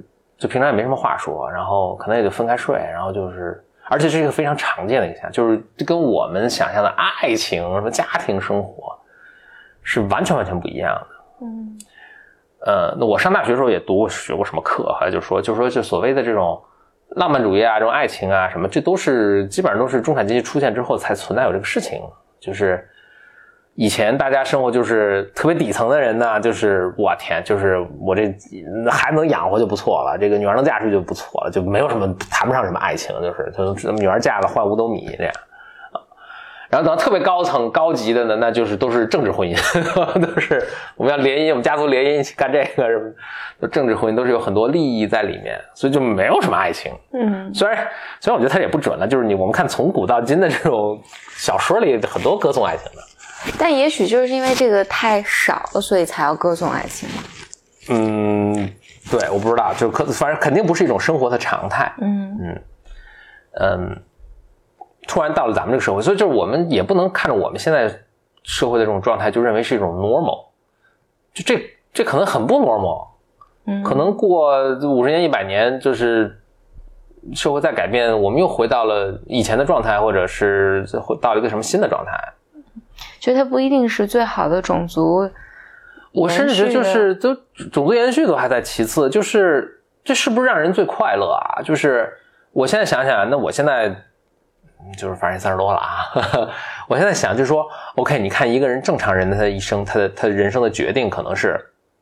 Speaker 1: 就平常也没什么话说，然后可能也就分开睡，然后就是，而且这是一个非常常见的一项，就是跟我们想象的爱情什么家庭生活是完全完全不一样的。嗯，呃，那我上大学的时候也读过学过什么课，后来就说，就说就所谓的这种浪漫主义啊，这种爱情啊什么，这都是基本上都是中产阶级出现之后才存在有这个事情，就是。以前大家生活就是特别底层的人呢，就是我天，就是我这孩子能养活就不错了，这个女儿能嫁出去就不错了，就没有什么谈不上什么爱情，就是就女儿嫁了换五斗米这样。然后等到特别高层高级的呢，那就是都是政治婚姻，都是我们要联姻，我们家族联姻一起干这个什么的，政治婚姻都是有很多利益在里面，所以就没有什么爱情。嗯，虽然虽然我觉得它也不准了，就是你我们看从古到今的这种小说里很多歌颂爱情的。
Speaker 2: 但也许就是因为这个太少了，所以才要歌颂爱情嘛。
Speaker 1: 嗯，对，我不知道，就可反正肯定不是一种生活的常态。嗯嗯嗯，突然到了咱们这个社会，所以就是我们也不能看着我们现在社会的这种状态，就认为是一种 normal， 就这这可能很不 normal。嗯，可能过五十年、一百年，就是社会在改变，我们又回到了以前的状态，或者是到了一个什么新的状态。
Speaker 2: 觉得它不一定是最好的种族，
Speaker 1: 我甚至觉得就是都种族延续都还在其次，就是这是不是让人最快乐啊？就是我现在想想，那我现在就是反正三十多了啊，呵呵我现在想就是说 ，OK， 你看一个人正常人的他的一生，他的他的人生的决定可能是，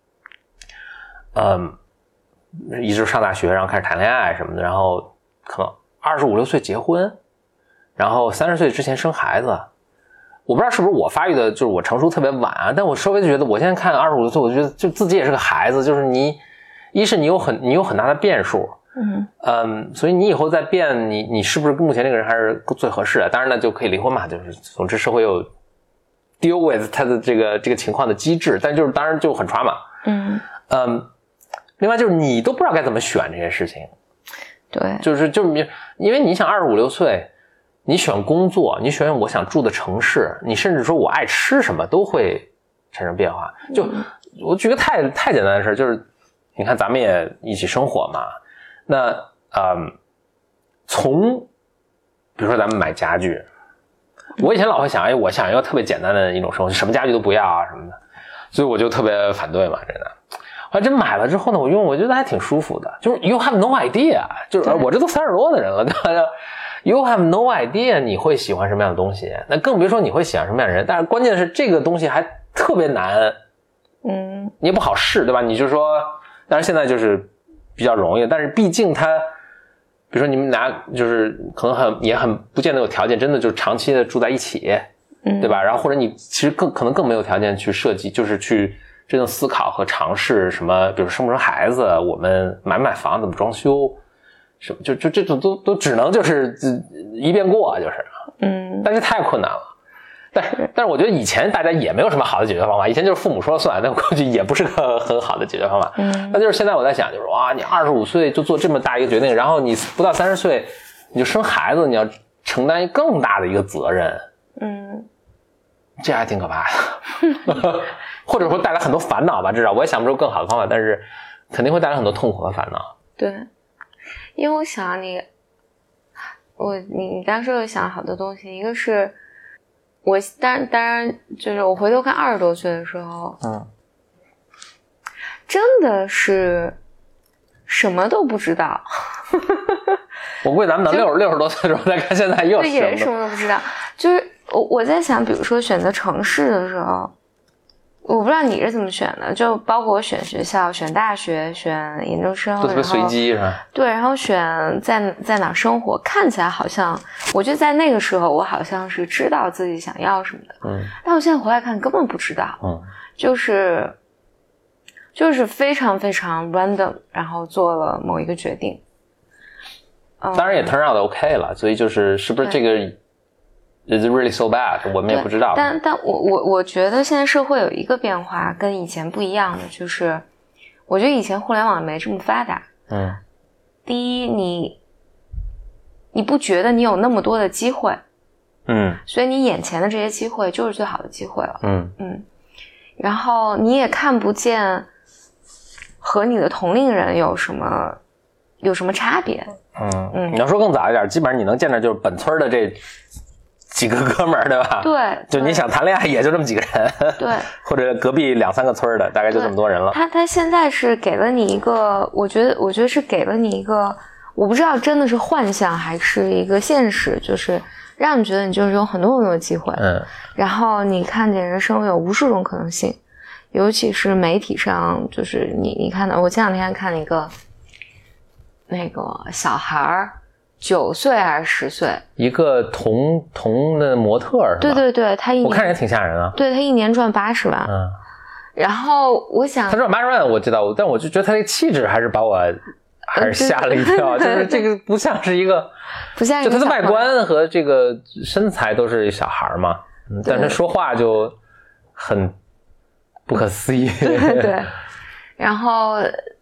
Speaker 1: 嗯，一直上大学，然后开始谈恋爱什么的，然后可能二十五六岁结婚，然后三十岁之前生孩子。我不知道是不是我发育的，就是我成熟特别晚啊，但我稍微就觉得，我现在看二十五岁，我觉得就自己也是个孩子，就是你，一是你有很你有很大的变数，嗯嗯，所以你以后再变，你你是不是目前这个人还是最合适的？当然呢，就可以离婚嘛，就是总之社会有 deal with 他的这个这个情况的机制，但就是当然就很 trauma，嗯嗯，另外就是你都不知道该怎么选这些事情，
Speaker 2: 对，
Speaker 1: 就是就是因为你想二十五六岁。你选工作，你选我想住的城市，你甚至说我爱吃什么都会产生变化。就我举个太太简单的事，就是你看咱们也一起生活嘛，那嗯，从比如说咱们买家具，我以前老会想，哎，我想要特别简单的一种生活，什么家具都不要啊什么的，所以我就特别反对嘛，真的。后还真买了之后呢，我用我觉得还挺舒服的，就是 you have no idea， 就是我这都三十多的人了，对吧？You have no idea 你会喜欢什么样的东西，那更别说你会喜欢什么样的人。但是关键是这个东西还特别难，
Speaker 2: 嗯，
Speaker 1: 你也不好试，对吧？你就说，当然现在就是比较容易，但是毕竟它，比如说你们俩就是可能很也很不见得有条件，真的就长期的住在一起，
Speaker 2: 嗯，
Speaker 1: 对吧？然后或者你其实更可能更没有条件去设计，就是去真正思考和尝试什么，比如生不生孩子，我们买不买房，怎么装修。什么就就这种都都只能就是一遍过，就是，
Speaker 2: 嗯，
Speaker 1: 但是太困难了。但是但是我觉得以前大家也没有什么好的解决方法，以前就是父母说了算，但过去也不是个很好的解决方法。
Speaker 2: 嗯，
Speaker 1: 那就是现在我在想，就是哇，你二十五岁就做这么大一个决定，然后你不到三十岁你就生孩子，你要承担更大的一个责任。
Speaker 2: 嗯，
Speaker 1: 这还挺可怕的，或者说带来很多烦恼吧，至少我也想不出更好的方法，但是肯定会带来很多痛苦和烦恼。
Speaker 2: 对。因为我想你，我你你当时有想好多东西，一个是我当当然就是我回头看二十多岁的时候，
Speaker 1: 嗯，
Speaker 2: 真的是什么都不知道。
Speaker 1: 我估计咱们等六十六十多岁的时候再看，现在又
Speaker 2: 也是什么都不知道。就是我我在想，比如说选择城市的时候。我不知道你是怎么选的，就包括我选学校、选大学、选研究生，
Speaker 1: 都特别随机是吧？
Speaker 2: 对，然后选在在哪生活，看起来好像，我觉得在那个时候我好像是知道自己想要什么的，
Speaker 1: 嗯，
Speaker 2: 但我现在回来看根本不知道，
Speaker 1: 嗯，
Speaker 2: 就是就是非常非常 random， 然后做了某一个决定，
Speaker 1: 嗯、当然也 turn out OK 了，所以就是是不是这个。Is it really so bad？ 我们也不知道。
Speaker 2: 但但我我我觉得现在社会有一个变化跟以前不一样的，就是我觉得以前互联网没这么发达。
Speaker 1: 嗯。
Speaker 2: 第一，你你不觉得你有那么多的机会？
Speaker 1: 嗯。
Speaker 2: 所以你眼前的这些机会就是最好的机会了。
Speaker 1: 嗯
Speaker 2: 嗯。然后你也看不见和你的同龄人有什么有什么差别。
Speaker 1: 嗯嗯。你要说更早一点，基本上你能见着就是本村的这。几个哥们儿对吧？
Speaker 2: 对，
Speaker 1: 就你想谈恋爱也就这么几个人，
Speaker 2: 对，
Speaker 1: 或者隔壁两三个村的，大概就这么多人了。
Speaker 2: 他他现在是给了你一个，我觉得我觉得是给了你一个，我不知道真的是幻象还是一个现实，就是让你觉得你就是有很多很多的机会，
Speaker 1: 嗯，
Speaker 2: 然后你看见人生有无数种可能性，尤其是媒体上，就是你你看到我前两天看了一个那个小孩儿。九岁还是十岁？
Speaker 1: 一个童童的模特儿，
Speaker 2: 对对对，他一年
Speaker 1: 我看着也挺吓人啊。
Speaker 2: 对他一年赚八十万，
Speaker 1: 嗯，
Speaker 2: 然后我想
Speaker 1: 他赚八十万，我知道，但我就觉得他这气质还是把我还是吓了一跳，就是这个不像是一个，
Speaker 2: 不像一个
Speaker 1: 就他的外观和这个身材都是小孩嘛，嗯，但是说话就很不可思议，
Speaker 2: 对对对，然后。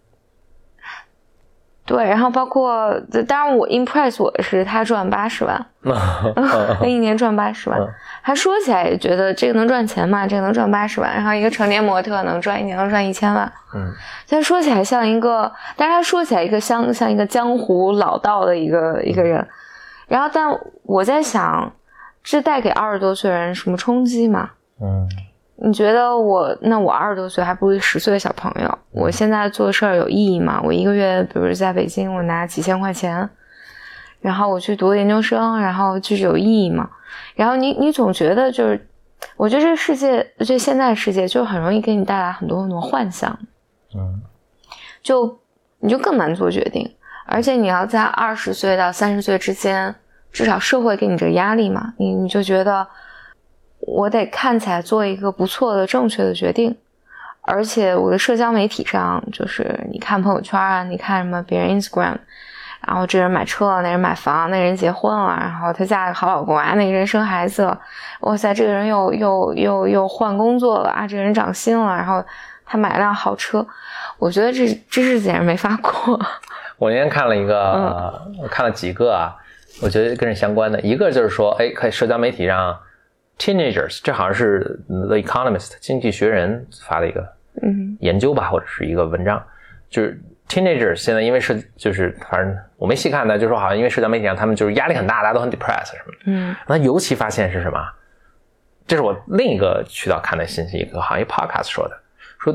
Speaker 2: 对，然后包括，当然我 impress 我的是他赚八十万，他一年赚八十万，他说起来也觉得这个能赚钱嘛，这个能赚八十万，然后一个成年模特能赚一年能赚一千万，
Speaker 1: 嗯，
Speaker 2: 他说起来像一个，但是他说起来一个像像一个江湖老道的一个一个人，然后但我在想，这带给二十多岁人什么冲击吗？
Speaker 1: 嗯。
Speaker 2: 你觉得我那我二十多岁还不如十岁的小朋友，我现在做事儿有意义吗？我一个月比如在北京我拿几千块钱，然后我去读研究生，然后就是有意义吗？然后你你总觉得就是我觉得这个世界这现在的世界就很容易给你带来很多很多幻想，
Speaker 1: 嗯，
Speaker 2: 就你就更难做决定，而且你要在二十岁到三十岁之间，至少社会给你这个压力嘛，你你就觉得我得看起来做一个不错的正确的决定，而且我的社交媒体上就是你看朋友圈啊，你看什么别人 Instagram， 然后这人买车了，那人买房，那人结婚了，然后他嫁个好老公啊，那个人生孩子了，哇塞，这个人又又又又换工作了啊，这个人涨薪了，然后他买辆好车，我觉得这这日子简直没法过。
Speaker 1: 我那天看了一个，
Speaker 2: 嗯、
Speaker 1: 我看了几个啊，我觉得跟这相关的，一个就是说，哎，可以社交媒体让 teenagers， 这好像是 The Economist 经济学人发的一个研究吧，或者是一个文章，就是 teenagers 现在因为是就是反正我没细看的，就说好像因为社交媒体上他们就是压力很大，大家都很 depressed 什么的。
Speaker 2: 嗯，
Speaker 1: 那尤其发现是什么？这是我另一个渠道看的信息，一个好像一 podcast 说的，说对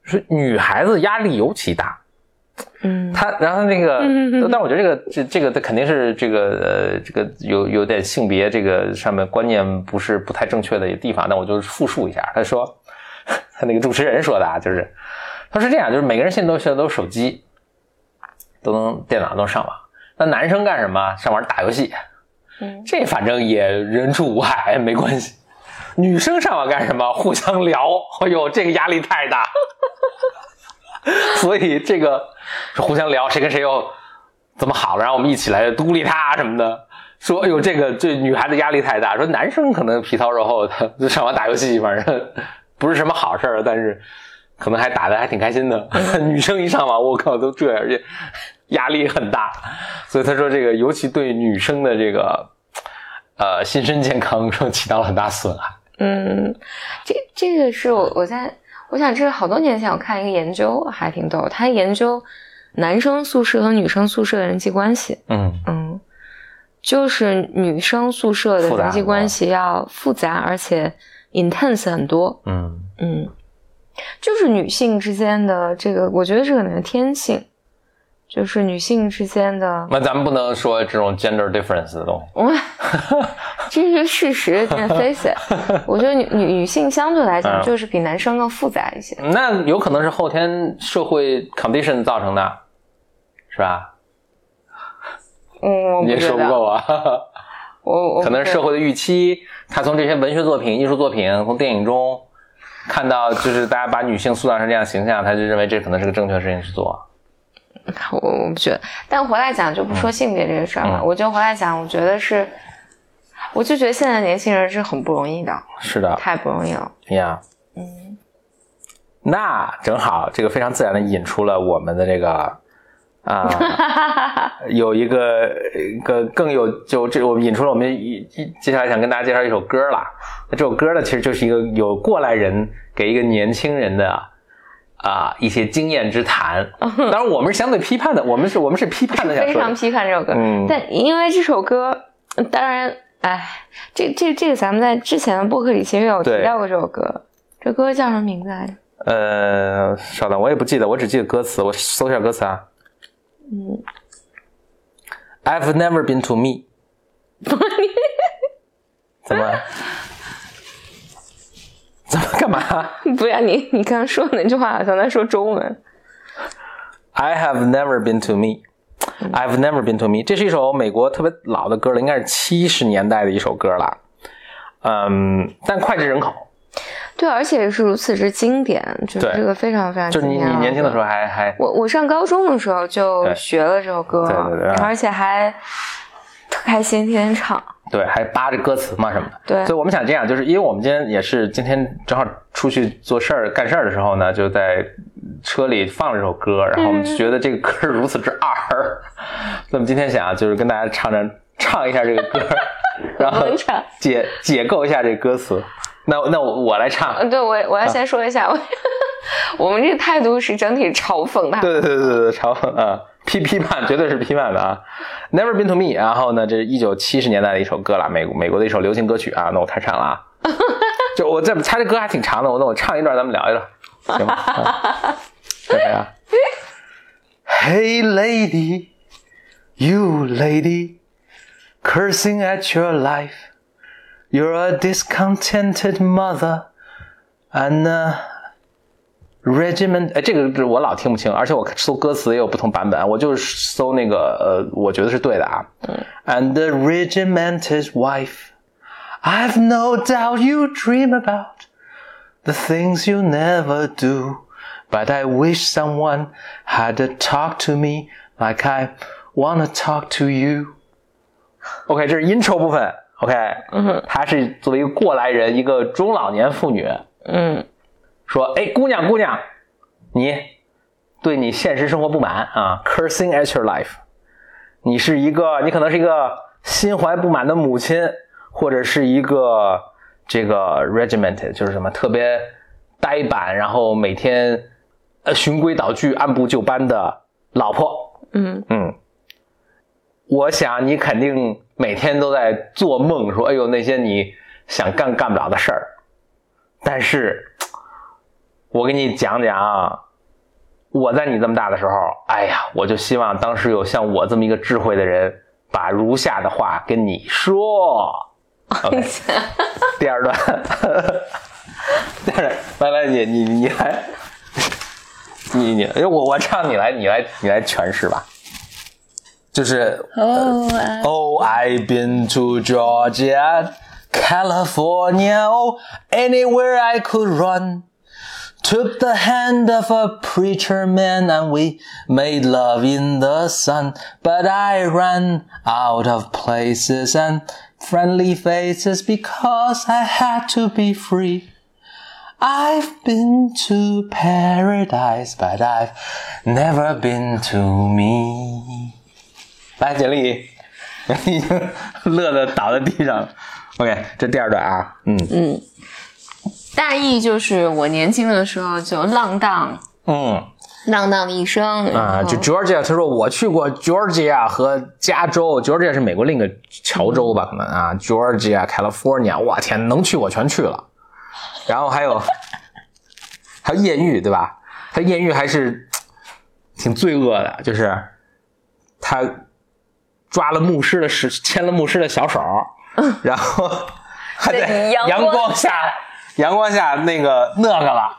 Speaker 1: 是女孩子压力尤其大。
Speaker 2: 嗯，
Speaker 1: 他然后他那个，嗯、但我觉得这个这这个他肯定是这个呃这个有有点性别这个上面观念不是不太正确的地方，但我就复述一下。他说，他那个主持人说的啊，就是他是这样，就是每个人现在都现在都有手机，都能电脑都能上网。那男生干什么？上网打游戏，
Speaker 2: 嗯，
Speaker 1: 这反正也人畜无害，没关系。女生上网干什么？互相聊，哎呦，这个压力太大。所以这个互相聊谁跟谁又怎么好了，然后我们一起来独立他什么的，说哎呦这个对女孩子压力太大，说男生可能皮糙肉厚的就上网打游戏，反正不是什么好事，但是可能还打得还挺开心的。女生一上网我靠都这样，而且压力很大，所以他说这个尤其对女生的这个呃心身健康上起到了很大损害。
Speaker 2: 嗯，这这个是我我在我想这是好多年前我看一个研究还挺逗，他研究男生宿舍和女生宿舍的人际关系。
Speaker 1: 嗯
Speaker 2: 嗯，就是女生宿舍的人际关系要复杂而且 intense 很多。
Speaker 1: 嗯
Speaker 2: 嗯，就是女性之间的这个，我觉得这可能是天性。就是女性之间的，
Speaker 1: 那咱们不能说这种 gender difference 的东西。
Speaker 2: 这是事实 face it 我觉得女女女性相对来讲就是比男生更复杂一些。
Speaker 1: 嗯、那有可能是后天社会 condition 造成的，是吧？
Speaker 2: 嗯，我不
Speaker 1: 你也说不够啊。
Speaker 2: 我我
Speaker 1: 可能是社会的预期，他从这些文学作品、艺术作品、从电影中看到，就是大家把女性塑造成这样形象，他就认为这可能是个正确的事情去做。
Speaker 2: 我我不觉得，但回来讲就不说性别这个事儿了、嗯，我就回来讲，我觉得是，我就觉得现在年轻人是很不容易的，
Speaker 1: 是的，
Speaker 2: 太不容易了。
Speaker 1: 呀、yeah. 嗯，那正好，这个非常自然的引出了我们的这个啊、呃，有一个一个更有就这我们引出了我们一接下来想跟大家介绍一首歌了。那这首歌呢，其实就是一个有过来人给一个年轻人的。啊，一些经验之谈，当然我们是相对批判的，我们是我们是批判的，
Speaker 2: 非常批判这首歌。嗯，但因为这首歌，当然，哎，这这这个咱们在之前的播客里其实有提到过这首歌，这歌叫什么名字来着？
Speaker 1: 呃，稍等，我也不记得，我只记得歌词，我搜一下歌词啊。
Speaker 2: 嗯
Speaker 1: ，I've never been to me 。怎么？怎么干嘛？
Speaker 2: 不要你，你刚刚说的那句话好像在说中文。
Speaker 1: I have never been to me. I've never been to me. 这是一首美国特别老的歌了，应该是七十年代的一首歌了。嗯，但脍炙人口。
Speaker 2: 对，而且是如此之经典，就是这个非常非常经典。
Speaker 1: 就是你你年轻的时候还还
Speaker 2: 我我上高中的时候就学了这首歌，
Speaker 1: 对对对，
Speaker 2: 而且还特开心，天天唱。
Speaker 1: 对，还扒着歌词嘛什么的。
Speaker 2: 对，
Speaker 1: 所以我们想这样，就是因为我们今天也是今天正好出去做事儿干事儿的时候呢，就在车里放了这首歌，然后我们觉得这个歌是如此之二，所以我们今天想就是跟大家唱唱唱一下这个歌，然后解解构一下这个歌词。那那我我来唱。
Speaker 2: 对，我我要先说一下，啊、我, 我们这个态度是整体嘲讽的。
Speaker 1: 对对对对对，嘲讽啊。批批判绝对是批判的啊 ，Never Been to Me， 然后呢，这是一九七十年代的一首歌了，美国美国的一首流行歌曲啊，那我开唱了啊，就我这他这歌还挺长的，我那我唱一段咱们聊一聊，行吗？啊、看看啊 ，Hey lady, you lady, cursing at your life, you're a discontented mother, and、uh, regiment， 哎，这个我老听不清，而且我搜歌词也有不同版本，我就是搜那个呃，我觉得是对的啊。嗯、And the regimented wife, I've no doubt you dream about the things you never do, but I wish someone had talked to me like I wanna talk to you. OK， 这是 intro 部分。OK，
Speaker 2: 嗯，
Speaker 1: 她是作为一个过来人，一个中老年妇女。
Speaker 2: 嗯。
Speaker 1: 说，哎，姑娘，姑娘，你对你现实生活不满啊 ，cursing at your life， 你是一个，你可能是一个心怀不满的母亲，或者是一个这个 regimented， 就是什么特别呆板，然后每天呃循规蹈矩、按部就班的老婆。
Speaker 2: 嗯
Speaker 1: 嗯，我想你肯定每天都在做梦，说，哎呦，那些你想干干不了的事儿，但是。 我给你讲讲，我在你这么大的时候，哎呀，我就希望当时有像我这么一个智慧的人，把如下的话跟你说。OK， 第二段，第二段，来来，你你你来，你你，我我唱，你来，你来，你来诠释吧。就是
Speaker 2: Oh,
Speaker 1: oh, I've been to Georgia, California, oh, anywhere I could run. Took the hand of a preacher man and we made love in the sun. But I ran out of places and friendly faces because I had to be free. I've been to paradise, but I've never been to me. 来，简历已经乐得倒在地上。OK， 这第二段啊，嗯
Speaker 2: 嗯，大意就是我年轻的时候就浪荡，
Speaker 1: 嗯，
Speaker 2: 浪荡的一生
Speaker 1: 啊，就 Georgia， 他说我去过 Georgia 和加州 ，Georgia 是美国另一个乔州吧，可能啊 ，Georgia、California， 哇天，能去我全去了。然后还有还有艳遇，对吧？他艳遇还是挺罪恶的，就是他抓了牧师的手，牵了牧师的小手，然后还在阳光下，阳光下那个那个了。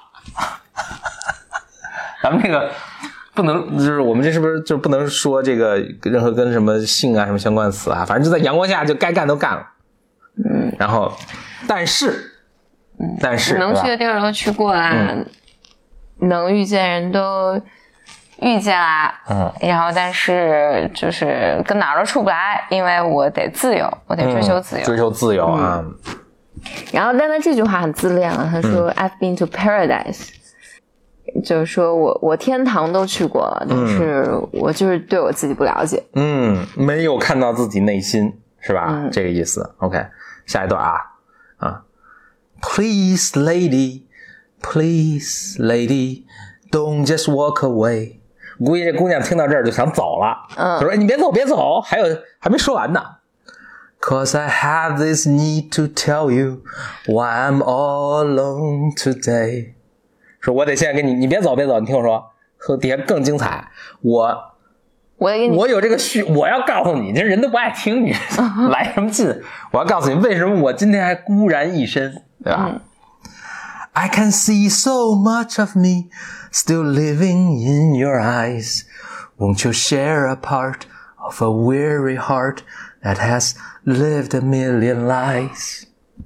Speaker 1: 咱们这个不能，就是我们这是不是就不能说这个任何跟什么性啊什么相关的词啊？反正就在阳光下就该干都干了。嗯，然后但是。但是
Speaker 2: 能去的地方都去过啦、嗯，能遇见人都遇见啦，嗯，然后但是就是跟哪儿都出不来，因为我得自由，我得追求自由，
Speaker 1: 嗯、追求自由啊、嗯。
Speaker 2: 然后，但他这句话很自恋啊，他说、嗯、：“I've been to paradise”， 就是说我我天堂都去过了，但是我就是对我自己不了解，
Speaker 1: 嗯，没有看到自己内心，是吧？嗯、这个意思。OK， 下一段啊啊。Please, lady, please, lady, don't just walk away. 估计这姑娘听到这儿就想走了。嗯，她说：“你别走，别走，还有还没说完呢。” Cause I have this need to tell you why I'm all alone today. 说我得现在跟你，你别走，别走，你听我说。和底下更精彩，我
Speaker 2: 我给你，
Speaker 1: 我有这个需，我要告诉你，这人都不爱听你，来什么劲？我要告诉你，为什么我今天还孤然一身。对吧、嗯、I can see so much of me still living in your eyes. Won't you share a part of a weary heart that has lived a million lives?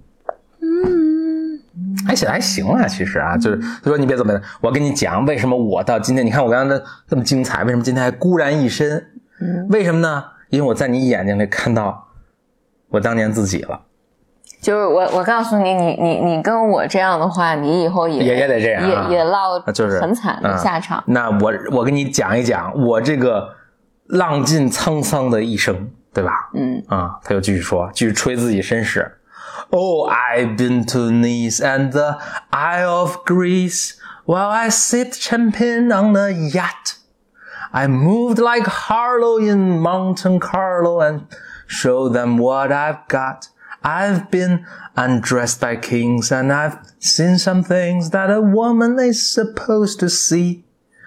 Speaker 1: 嗯，还行还行啊，其实啊，就是他说你别走别走，我跟你讲为什么我到今天，你看我刚才这么精彩，为什么今天还孤然一身？嗯，为什么呢？因为我在你眼睛里看到我当年自己了。
Speaker 2: 就是我，我告诉你，你你你跟我这样的话，你以后也
Speaker 1: 也也得这样、啊，
Speaker 2: 也也落
Speaker 1: 就是
Speaker 2: 很惨的下场。
Speaker 1: 嗯、那我我跟你讲一讲我这个浪尽沧桑的一生，对吧？嗯啊，他又继续说，继续吹自己身世。Oh, I've been to Nice and the Isle of Greece while I sip champagne on a yacht. I moved like Harlow in Monte Carlo and show them what I've got.I've been undressed by kings and I've seen some things that a woman is supposed to see.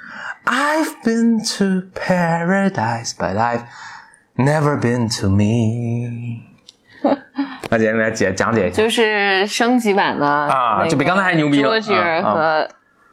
Speaker 1: I've been to paradise, but I've never been to me. 那姐来解讲解一下，
Speaker 2: 就是升级版的
Speaker 1: 啊，就比刚才还牛逼了。
Speaker 2: Georgia 和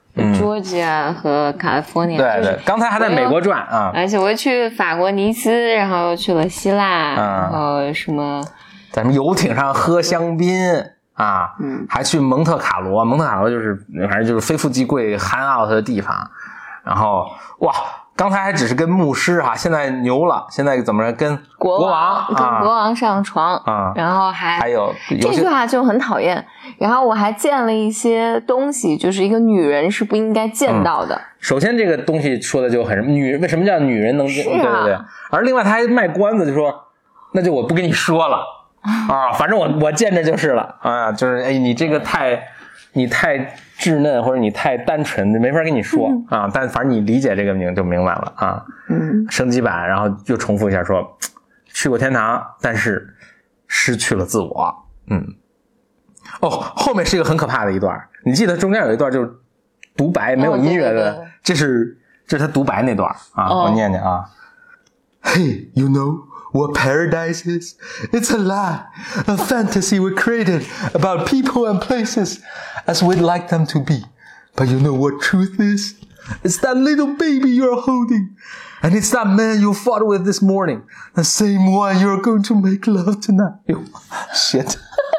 Speaker 2: Georgia 和 California，
Speaker 1: 对对，刚才还在美国转啊，
Speaker 2: 而且我去法国尼斯，然后去了希腊，然后什么。
Speaker 1: 在什么游艇上喝香槟啊，嗯，还去蒙特卡罗，蒙特卡罗就是反正就是非富即贵 hang out 的地方。然后哇，刚才还只是跟牧师哈、啊，现在牛了，现在怎么着跟
Speaker 2: 国王，
Speaker 1: 国王
Speaker 2: 跟国王上床啊，然后还
Speaker 1: 还有
Speaker 2: 这句话就很讨厌。然后我还见了一些东西，就是一个女人是不应该见到的。嗯、
Speaker 1: 首先这个东西说的就很什么女为什么叫女人能见？
Speaker 2: 是啊、
Speaker 1: 对对对。而另外他还卖关子，就说那就我不跟你说了。啊，反正我我见着就是了啊，就是哎，你这个太你太稚嫩或者你太单纯，没法跟你说、嗯、啊。但反正你理解这个名就明白了啊。嗯，升级版，然后又重复一下说，去过天堂，但是失去了自我。嗯，哦，后面是一个很可怕的一段，你记得中间有一段就是独白没有音乐的，
Speaker 2: 哦、对对对
Speaker 1: 这是这是他独白那段啊，哦、我念念啊。Hey, you know what paradise is? It's a lie, a fantasy we created about people and places as we'd like them to be. But you know what truth is? It's that little baby you're holding. And it's that man you fought with this morning. The same one you're going to make love tonight. Oh, shit.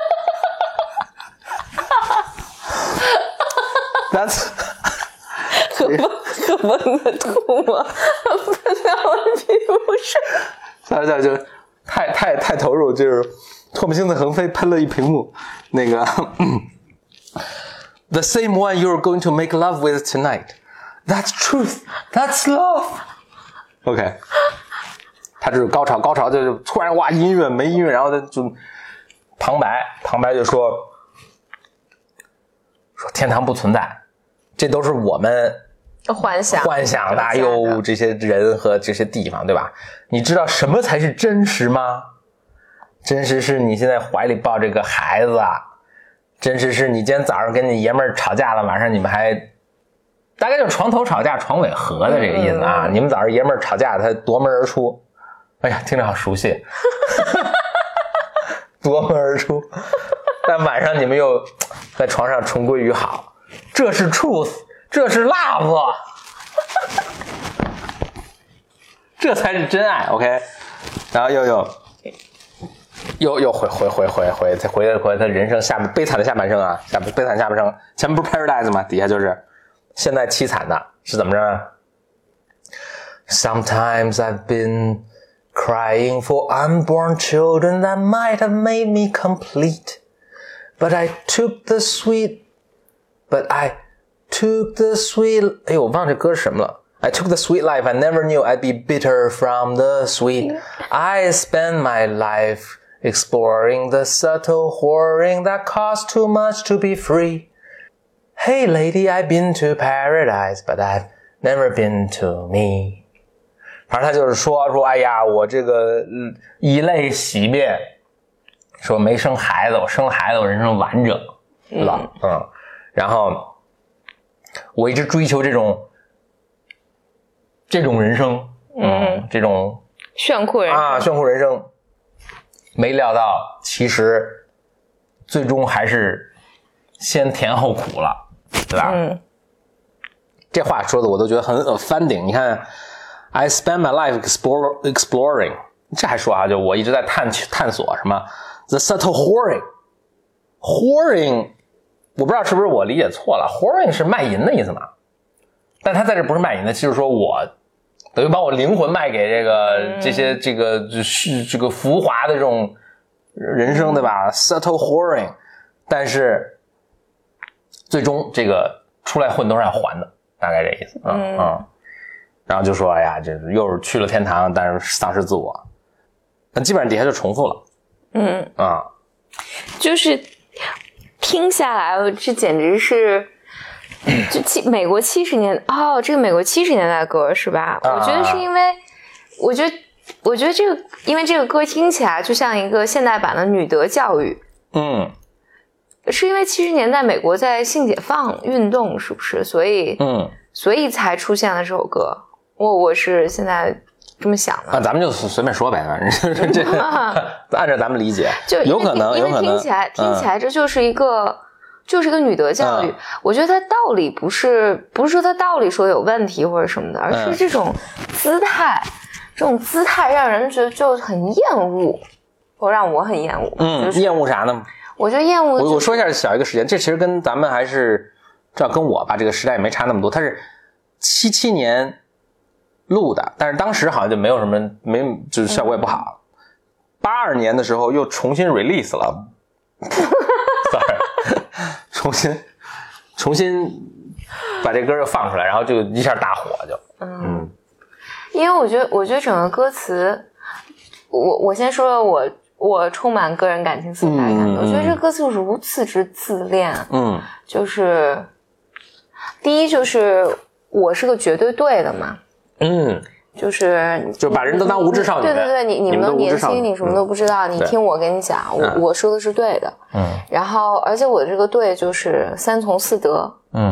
Speaker 1: That's...
Speaker 2: 可不可不的吐吗？喷到我皮肤上。
Speaker 1: 大家就太太太投入，就是唾沫星子横飞，喷了一屏幕。那个 ，The same one you're going to make love with tonight. That's truth. That's love. OK， 他这是高潮，高潮就突然哇，音乐没音乐，然后他就旁白，旁白就说说天堂不存在，这都是我们。
Speaker 2: 幻想
Speaker 1: 幻想的哟，这些人和这些地方，对吧？你知道什么才是真实吗？真实是你现在怀里抱这个孩子，真实是你今天早上跟你爷们儿吵架了，晚上你们还大概就是床头吵架床尾和的这个意思啊。嗯、你们早上爷们儿吵架，他夺门而出，哎呀，听着好熟悉，夺门而出，但晚上你们又在床上重归于好，这是 truth。这是 love， 这才是真爱 ，OK。然后又又又又回回回回回，再回回他人生下悲惨的下半生啊，下悲惨下半生。前面不是 paradise 吗？底下就是现在凄惨的是怎么着 ？Sometimes I've been crying for unborn children that might have made me complete, but I took the sweet, but I.Took the sweet 哎呦我忘了这歌是什么了 I took the sweet life I never knew I'd be bitter from the sweet I spent my life exploring the subtle whoring that costs too much to be free Hey lady I've been to paradise but I've never been to me 反正他就是说说哎呀我这个以泪洗面说没生孩子我生孩子我人生完整是吧 嗯, 嗯然后我一直追求这种这种人生，嗯，嗯这种
Speaker 2: 炫酷人生
Speaker 1: 啊，炫酷人生，没料到其实最终还是先甜后苦了，对吧？
Speaker 2: 嗯，
Speaker 1: 这话说的我都觉得很 offending。你看 ，I spend my life explore, exploring， 这还说啊，就我一直在探探索什么 the subtle whoring，whoring。我不知道是不是我理解错了 whoring 是卖淫的意思嘛，但他在这不是卖淫的，就是说我等于把我灵魂卖给这个、嗯、这些这个就是这个浮华的这种人生，对吧 subtle whoring 但是最终这个出来混都是要还的，大概这意思嗯嗯，然后就说哎呀这又是去了天堂但是丧失自我，那基本上底下就重复了
Speaker 2: 嗯
Speaker 1: 啊，
Speaker 2: 就是听下来这简直是就七美国七十年哦这个美国七十年代歌是吧、啊、我觉得是因为我觉得我觉得这个因为这个歌听起来就像一个现代版的女德教育
Speaker 1: 嗯
Speaker 2: 是因为七十年代美国在性解放运动是不是所以
Speaker 1: 嗯
Speaker 2: 所以才出现了这首歌我我是现在这么想的
Speaker 1: 啊，咱们就随便说呗，这按照咱们理解，
Speaker 2: 就
Speaker 1: 有可能，
Speaker 2: 因为听起来听起来这就是一个、嗯、就是一个女德教育。嗯、我觉得它道理不是不是说它道理说有问题或者什么的，而是这种姿态，嗯、这种姿态让人觉得就很厌恶，或让我很厌恶。
Speaker 1: 嗯，
Speaker 2: 就是、
Speaker 1: 厌恶啥呢？
Speaker 2: 我就厌恶、就是。
Speaker 1: 我我说一下小一个时间，这其实跟咱们还是这跟我吧，这个时代也没差那么多，它是七七年。录的，但是当时好像就没有什么，没就是效果也不好。八二、嗯、年的时候又重新 release 了，sorry， 重新重新把这歌又放出来，然后就一下大火就，嗯，嗯
Speaker 2: 因为我觉得，我觉得整个歌词，我我先说我我充满个人感情色彩感觉、嗯，我觉得这歌词如此之自恋，
Speaker 1: 嗯，
Speaker 2: 就是第一就是我是个绝对对的嘛。
Speaker 1: 嗯，
Speaker 2: 就是
Speaker 1: 就把人都当无知少女，
Speaker 2: 对对对，你你们都年轻，你什么都不知道，
Speaker 1: 嗯、
Speaker 2: 你听我跟你讲，我、嗯、我说的是对的，
Speaker 1: 嗯，
Speaker 2: 然后而且我这个对就是三从四德，
Speaker 1: 嗯，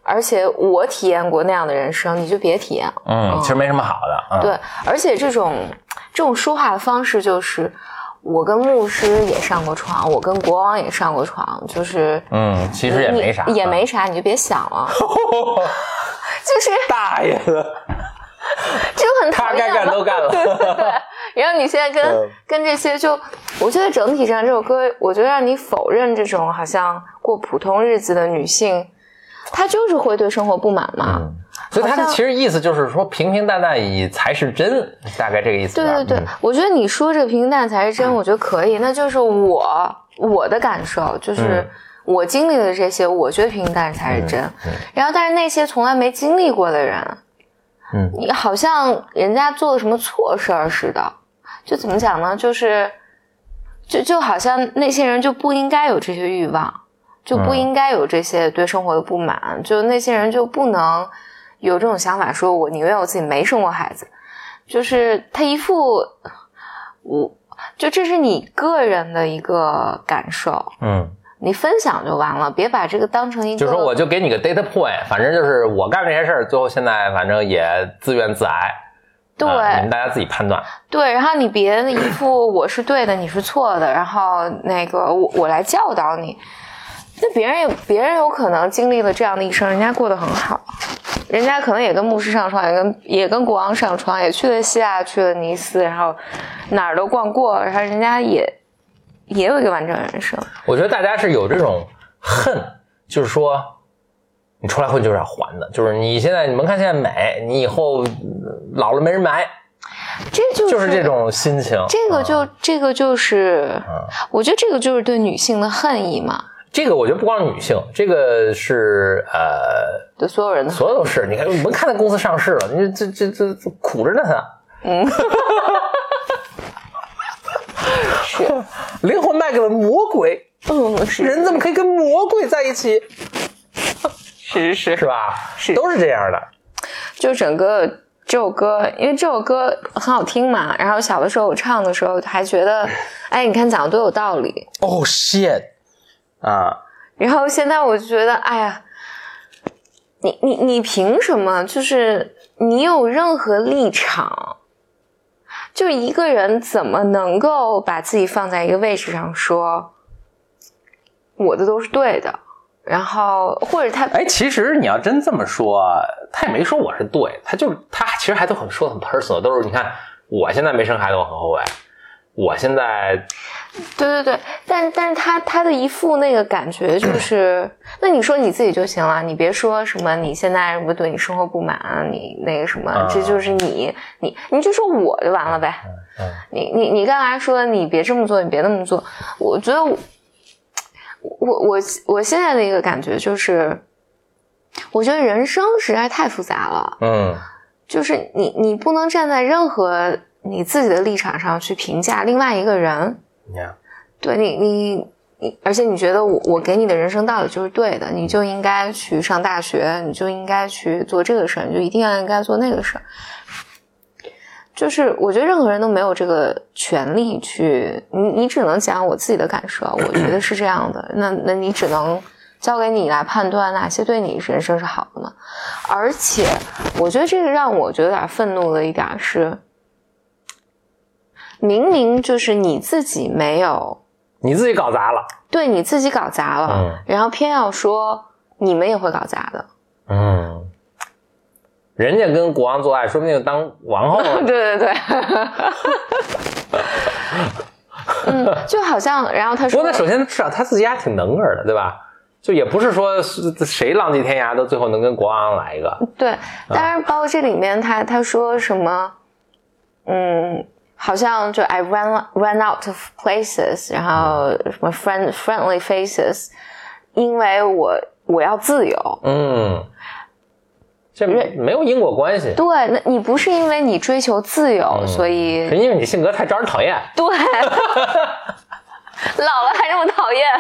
Speaker 2: 而且我体验过那样的人生，你就别体验了。
Speaker 1: 嗯，嗯其实没什么好的。嗯、
Speaker 2: 对，而且这种这种说话的方式就是。我跟牧师也上过床，我跟国王也上过床，就是
Speaker 1: 嗯，其实也没啥，
Speaker 2: 也没啥，你就别想了。就是
Speaker 1: 大爷的，
Speaker 2: 就很讨厌了，
Speaker 1: 他该干都干了。
Speaker 2: 对对对。然后你现在跟、嗯、跟这些就，我觉得整体上这首歌，我觉得让你否认这种好像过普通日子的女性，她就是会对生活不满嘛。嗯
Speaker 1: 所以他的其实意思就是说平平淡淡以才是真，大概这个意思。
Speaker 2: 对对对、嗯，我觉得你说这个平平淡淡才是真，我觉得可以。那就是我我的感受，就是我经历的这些，我觉得平平淡淡才是真。嗯嗯、然后，但是那些从来没经历过的人，嗯，你好像人家做了什么错事儿似的，就怎么讲呢？就是就就好像那些人就不应该有这些欲望，就不应该有这些对生活的不满，嗯、就那些人就不能。有这种想法，说我宁愿我自己没生过孩子，就是他一副，我就这是你个人的一个感受，嗯，你分享就完了，别把这个当成一个，
Speaker 1: 就是说我就给你个 data point， 反正就是我干这些事儿，最后现在反正也自怨自艾，
Speaker 2: 对、
Speaker 1: 呃，你们大家自己判断，
Speaker 2: 对，然后你别一副我是对的，你是错的，然后那个我我来教导你，那别人也别人有可能经历了这样的一生，人家过得很好。人家可能也跟牧师上床，也跟也跟国王上床，也去了希腊，去了尼斯，然后哪儿都逛过，然后人家也也有一个完整人生。
Speaker 1: 我觉得大家是有这种恨，就是说你出来混就是要还的，就是你现在你们看现在美，你以后老了没人买，
Speaker 2: 这就是、
Speaker 1: 就是这种心情。
Speaker 2: 这个就、嗯、这个就是，嗯、我觉得这个就是对女性的恨意嘛。
Speaker 1: 这个我觉得不光是女性，这个是呃，
Speaker 2: 对所有人的，
Speaker 1: 所有都是。你看，我们看那公司上市了，你这这这这苦着呢，他。嗯。
Speaker 2: 是。
Speaker 1: 灵魂卖给了魔鬼。
Speaker 2: 嗯，是。
Speaker 1: 人怎么可以跟魔鬼在一起？
Speaker 2: 是是
Speaker 1: 是吧？
Speaker 2: 是，
Speaker 1: 都是这样的。
Speaker 2: 就整个这首歌，因为这首歌很好听嘛，然后小的时候我唱的时候还觉得，哎，你看讲的多有道理。
Speaker 1: Oh shit。啊，
Speaker 2: 然后现在我就觉得，哎呀，你你你凭什么？就是你有任何立场，就一个人怎么能够把自己放在一个位置上说，我的都是对的，然后或者他，
Speaker 1: 哎，其实你要真这么说，他也没说我是对，他就他其实还都很说很 personal， 都是你看我现在没生孩子，我很后悔。我现在，
Speaker 2: 对对对，但但是他他的一副那个感觉就是，那你说你自己就行了，你别说什么你现在什么对你生活不满，你那个什么，嗯、这就是你你你就说我就完了呗。嗯嗯、你你你干嘛说你别这么做，你别那么做？我觉得我我我我现在的一个感觉就是，我觉得人生实在太复杂了。嗯，就是你你不能站在任何你自己的立场上去评价另外一个人。
Speaker 1: Yeah.
Speaker 2: 对你你你，而且你觉得我我给你的人生道理就是对的，你就应该去上大学，你就应该去做这个事儿，你就一定要应该做那个事儿。就是我觉得任何人都没有这个权利去，你你只能讲我自己的感受，我觉得是这样的，那那你只能交给你来判断哪些对你人生是好的嘛。而且我觉得这个让我觉得有点愤怒的一点是，明明就是你自己没有，
Speaker 1: 你自己搞砸了，
Speaker 2: 对，你自己搞砸了，嗯，然后偏要说你们也会搞砸的。嗯，
Speaker 1: 人家跟国王做爱，说不定当王后了。
Speaker 2: 对对对。嗯，就好像，然后他说，
Speaker 1: 不过那首先至少他自己还挺能儿的，对吧？就也不是说谁浪迹天涯都最后能跟国王来一个。
Speaker 2: 对，当然包括这里面他他说什么，嗯，好像就 I run run out of places， 然后什么 friend friendly faces， 因为我我要自由。嗯。
Speaker 1: 这没有因果关系。
Speaker 2: 对，那你不是因为你追求自由，嗯、所以
Speaker 1: 是因为你性格太招人讨厌。
Speaker 2: 对，老了还这么讨厌。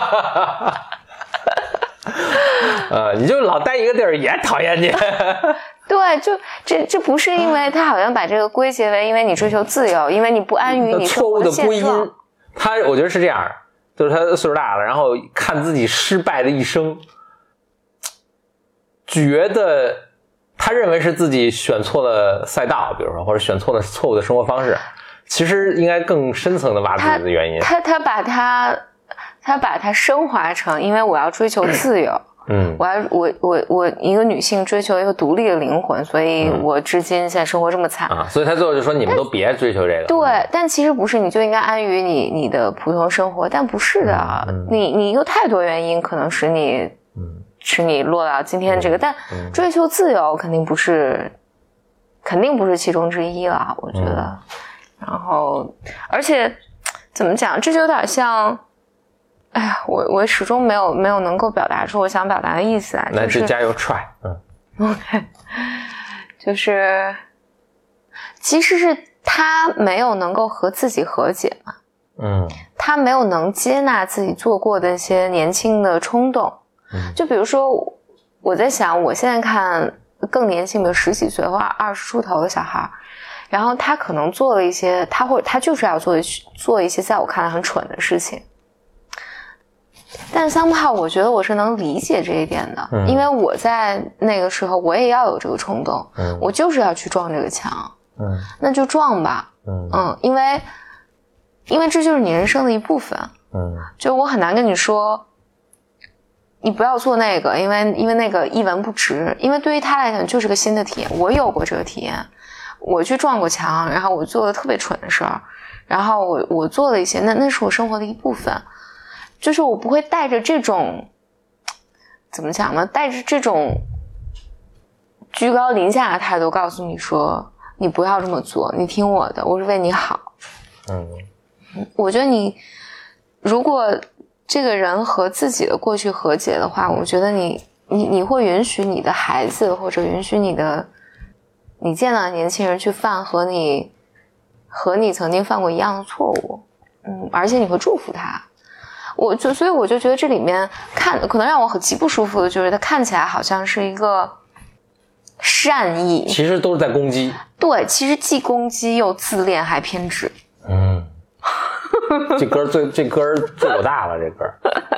Speaker 1: 呃，你就老待一个地儿也讨厌你。
Speaker 2: 对，就这这不是因为他好像把这个归结为因为你追求自由，因为你不安于你
Speaker 1: 错误的归因。他我觉得是这样，就是他岁数大了，然后看自己失败的一生。 觉得他认为是自己选错了赛道，比如说或者选错了错误的生活方式，其实应该更深层的挖自己的原因。
Speaker 2: 他他他把他他把它升华成，因为我要追求自由。嗯，我要我我我一个女性追求一个独立的灵魂，所以我至今现在生活这么惨、
Speaker 1: 嗯、啊，所以他最后就说你们都别追求这个。
Speaker 2: 对、嗯，但其实不是，你就应该安于你你的普通生活，但不是的，嗯、你你有太多原因可能使你嗯使你落到今天这个，嗯、但追求自由肯定不是，肯定不是其中之一了，我觉得。嗯、然后，而且怎么讲，这就有点像。哎呀，我我始终没有没有能够表达出我想表达的意思啊。
Speaker 1: 那就加油 try，
Speaker 2: 嗯 ，OK， 就是其实是他没有能够和自己和解嘛，嗯，他没有能接纳自己做过的一些年轻的冲动，嗯，就比如说我在想，我现在看更年轻的十几岁或二十出头的小孩，然后他可能做了一些，他或者他就是要做做一些在我看来很蠢的事情。但 somehow 我觉得我是能理解这一点的、嗯、因为我在那个时候我也要有这个冲动、嗯、我就是要去撞这个墙，嗯，那就撞吧，嗯嗯，因为因为这就是你人生的一部分，嗯，就我很难跟你说你不要做那个，因为因为那个一文不值，因为对于他来讲就是个新的体验，我有过这个体验，我去撞过墙，然后我做了特别蠢的事儿，然后我我做了一些，那那是我生活的一部分，就是我不会带着这种怎么讲呢，带着这种居高临下的态度告诉你说你不要这么做，你听我的，我是为你好。嗯，我觉得你如果这个人和自己的过去和解的话，我觉得你你你会允许你的孩子或者允许你的你见到的年轻人去犯和你和你曾经犯过一样的错误，嗯，而且你会祝福他。我就所以我就觉得这里面看可能让我很极不舒服的就是它看起来好像是一个善意，
Speaker 1: 其实都是在攻击。
Speaker 2: 对，其实既攻击又自恋还偏执。
Speaker 1: 嗯，这歌最这歌最有大了，这歌。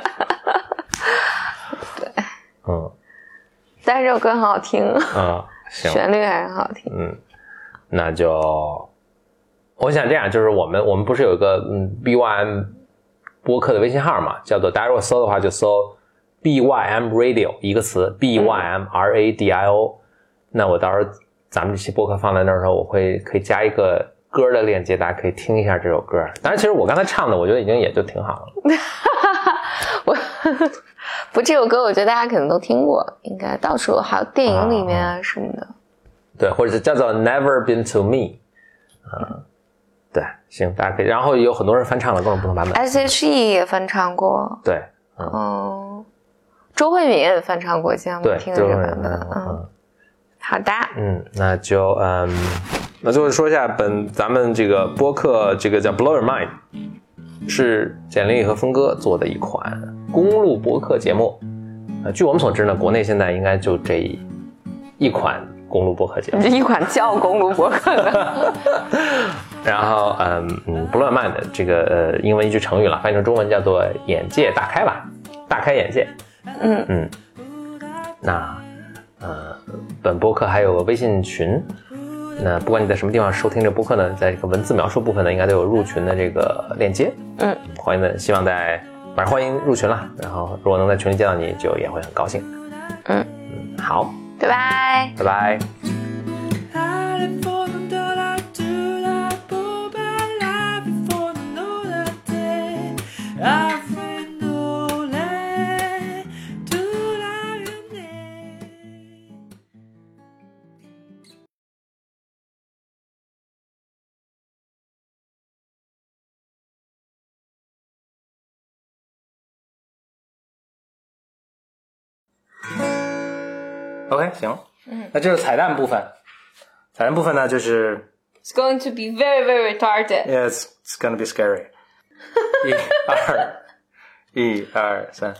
Speaker 2: 对，
Speaker 1: 嗯，
Speaker 2: 但是这首歌很好听。
Speaker 1: 嗯，行，
Speaker 2: 旋律还很好听。
Speaker 1: 嗯，那就我想这样，就是我们我们不是有一个嗯 B Y M 播客的微信号嘛，叫做大家如果搜的话就搜 B Y M Radio 一个词 B Y M R A D I O、嗯、那我到时候咱们这期播客放在那儿的时候，我会可以加一个歌的链接，大家可以听一下这首歌。当然其实我刚才唱的我觉得已经也就挺好了。
Speaker 2: 我不这首歌我觉得大家可能都听过，应该到处还有电影里面啊什么的、啊、
Speaker 1: 对，或者是叫做 Never Been to Me。 嗯，对，行，大家可以，然后有很多人翻唱了各种不同版本，
Speaker 2: S H E 也翻唱过，
Speaker 1: 对，
Speaker 2: 嗯，嗯周慧敏也翻唱过，这样我听的这个版本，嗯，嗯好的，
Speaker 1: 嗯，那就嗯，那最后说一下本咱们这个播客，这个叫 Blow Your Mind， 是简历和峰哥做的一款公路播客节目。呃，据我们所知呢，国内现在应该就这一款公路播客节目，
Speaker 2: 一款叫公路播客的。
Speaker 1: 然后，嗯嗯 ，Blow Your Mind 这个呃英文一句成语了，翻译成中文叫做眼界大开吧，大开眼界。嗯嗯，那呃，本播客还有个微信群，那不管你在什么地方收听这播客呢，在这个文字描述部分呢，应该都有入群的这个链接。嗯，欢迎的，希望在反正欢迎入群了。然后如果能在群里见到你，就也会很高兴。嗯嗯，好，
Speaker 2: 拜拜，
Speaker 1: 拜拜。OK， 行，嗯，那这是彩蛋部分。彩蛋部分呢，就是
Speaker 2: It's going to be very, very retarded.
Speaker 1: Yeah, it's it's going to be scary. 一二一二三。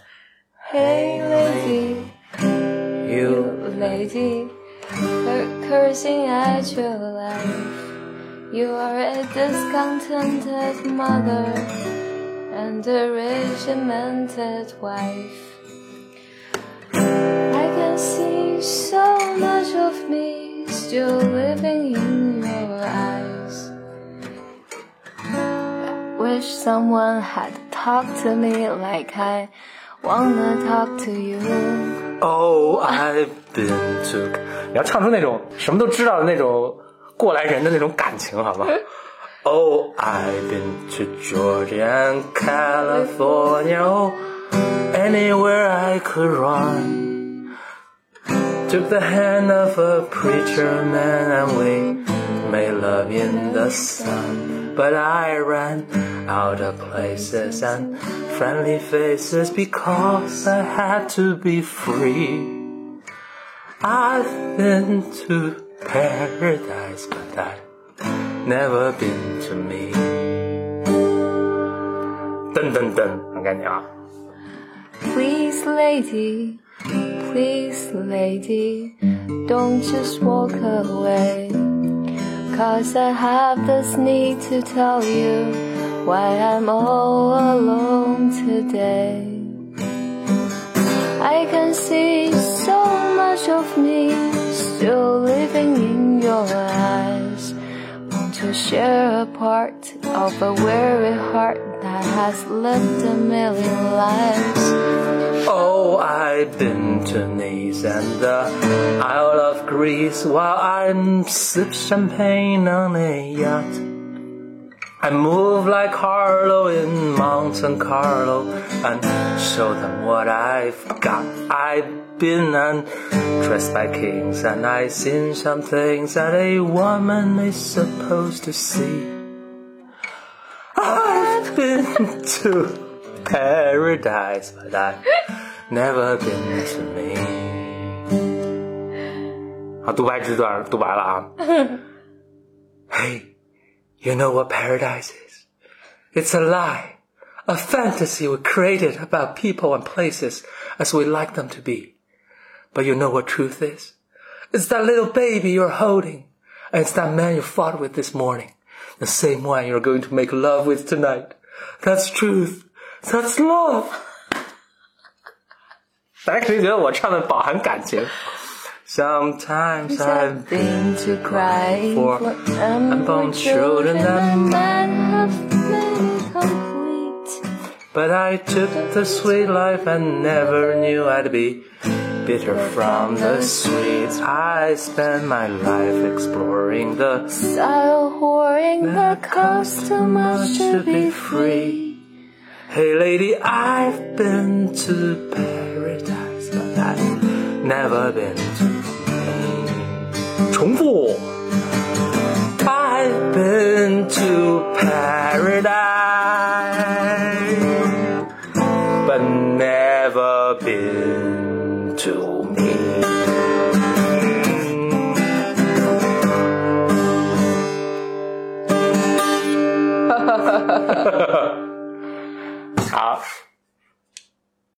Speaker 2: Hey lady,
Speaker 1: you
Speaker 2: lady, cursing at your life. You are a discontented mother and a regimented wife. I can see see so much of me still living in your eyes. I wish someone had talked to me like I wanna talk to you.
Speaker 1: Oh, I've been to 你要唱出那种什么都知道的那种过来人的那种感情好吗？Oh, I've been to Georgia and California, oh, anywhere I could run. Took the hand of a preacher man and we made love in the sun. But I ran out of places and friendly faces because I had to be free. I've been to paradise, but I've never been to me. 噔噔噔，很干净啊。
Speaker 2: Please, lady, please, lady, don't just walk away. Cause I have this need to tell you why I'm all alone today. I can see so much of me still living in your eyes. Want to share a part of a weary heart that has lived a million lives.
Speaker 1: Oh, I've been to Nice and the Isle of Greece while I sip champagne on a yacht. I move like Harlow in Monte Carlo and show them what I've got. I've been undressed by kings and I've seen some things that a woman is supposed to see. I've been to paradise, but I've never been to me. 好，独白之段独白了啊。Hey, you know what paradise is? It's a lie, a fantasy we created about people and places as we like them to be. But you know what truth is? It's that little baby you're holding, and it's that man you fought with this morning, the same one you're going to make love with tonight. That's truth. That's love. 大家肯定觉得我唱的饱含感情。Sometimes I've been to cry for unborn children that men have made complete. But I took the sweet life and never knew I'd be bitter from the sweet. I spent my life exploring the
Speaker 2: style whoring the cost too much to be free.
Speaker 1: Hey lady, I've been to paradise, but I've never been to me. 重复 I've been to paradise, but never been to me. 好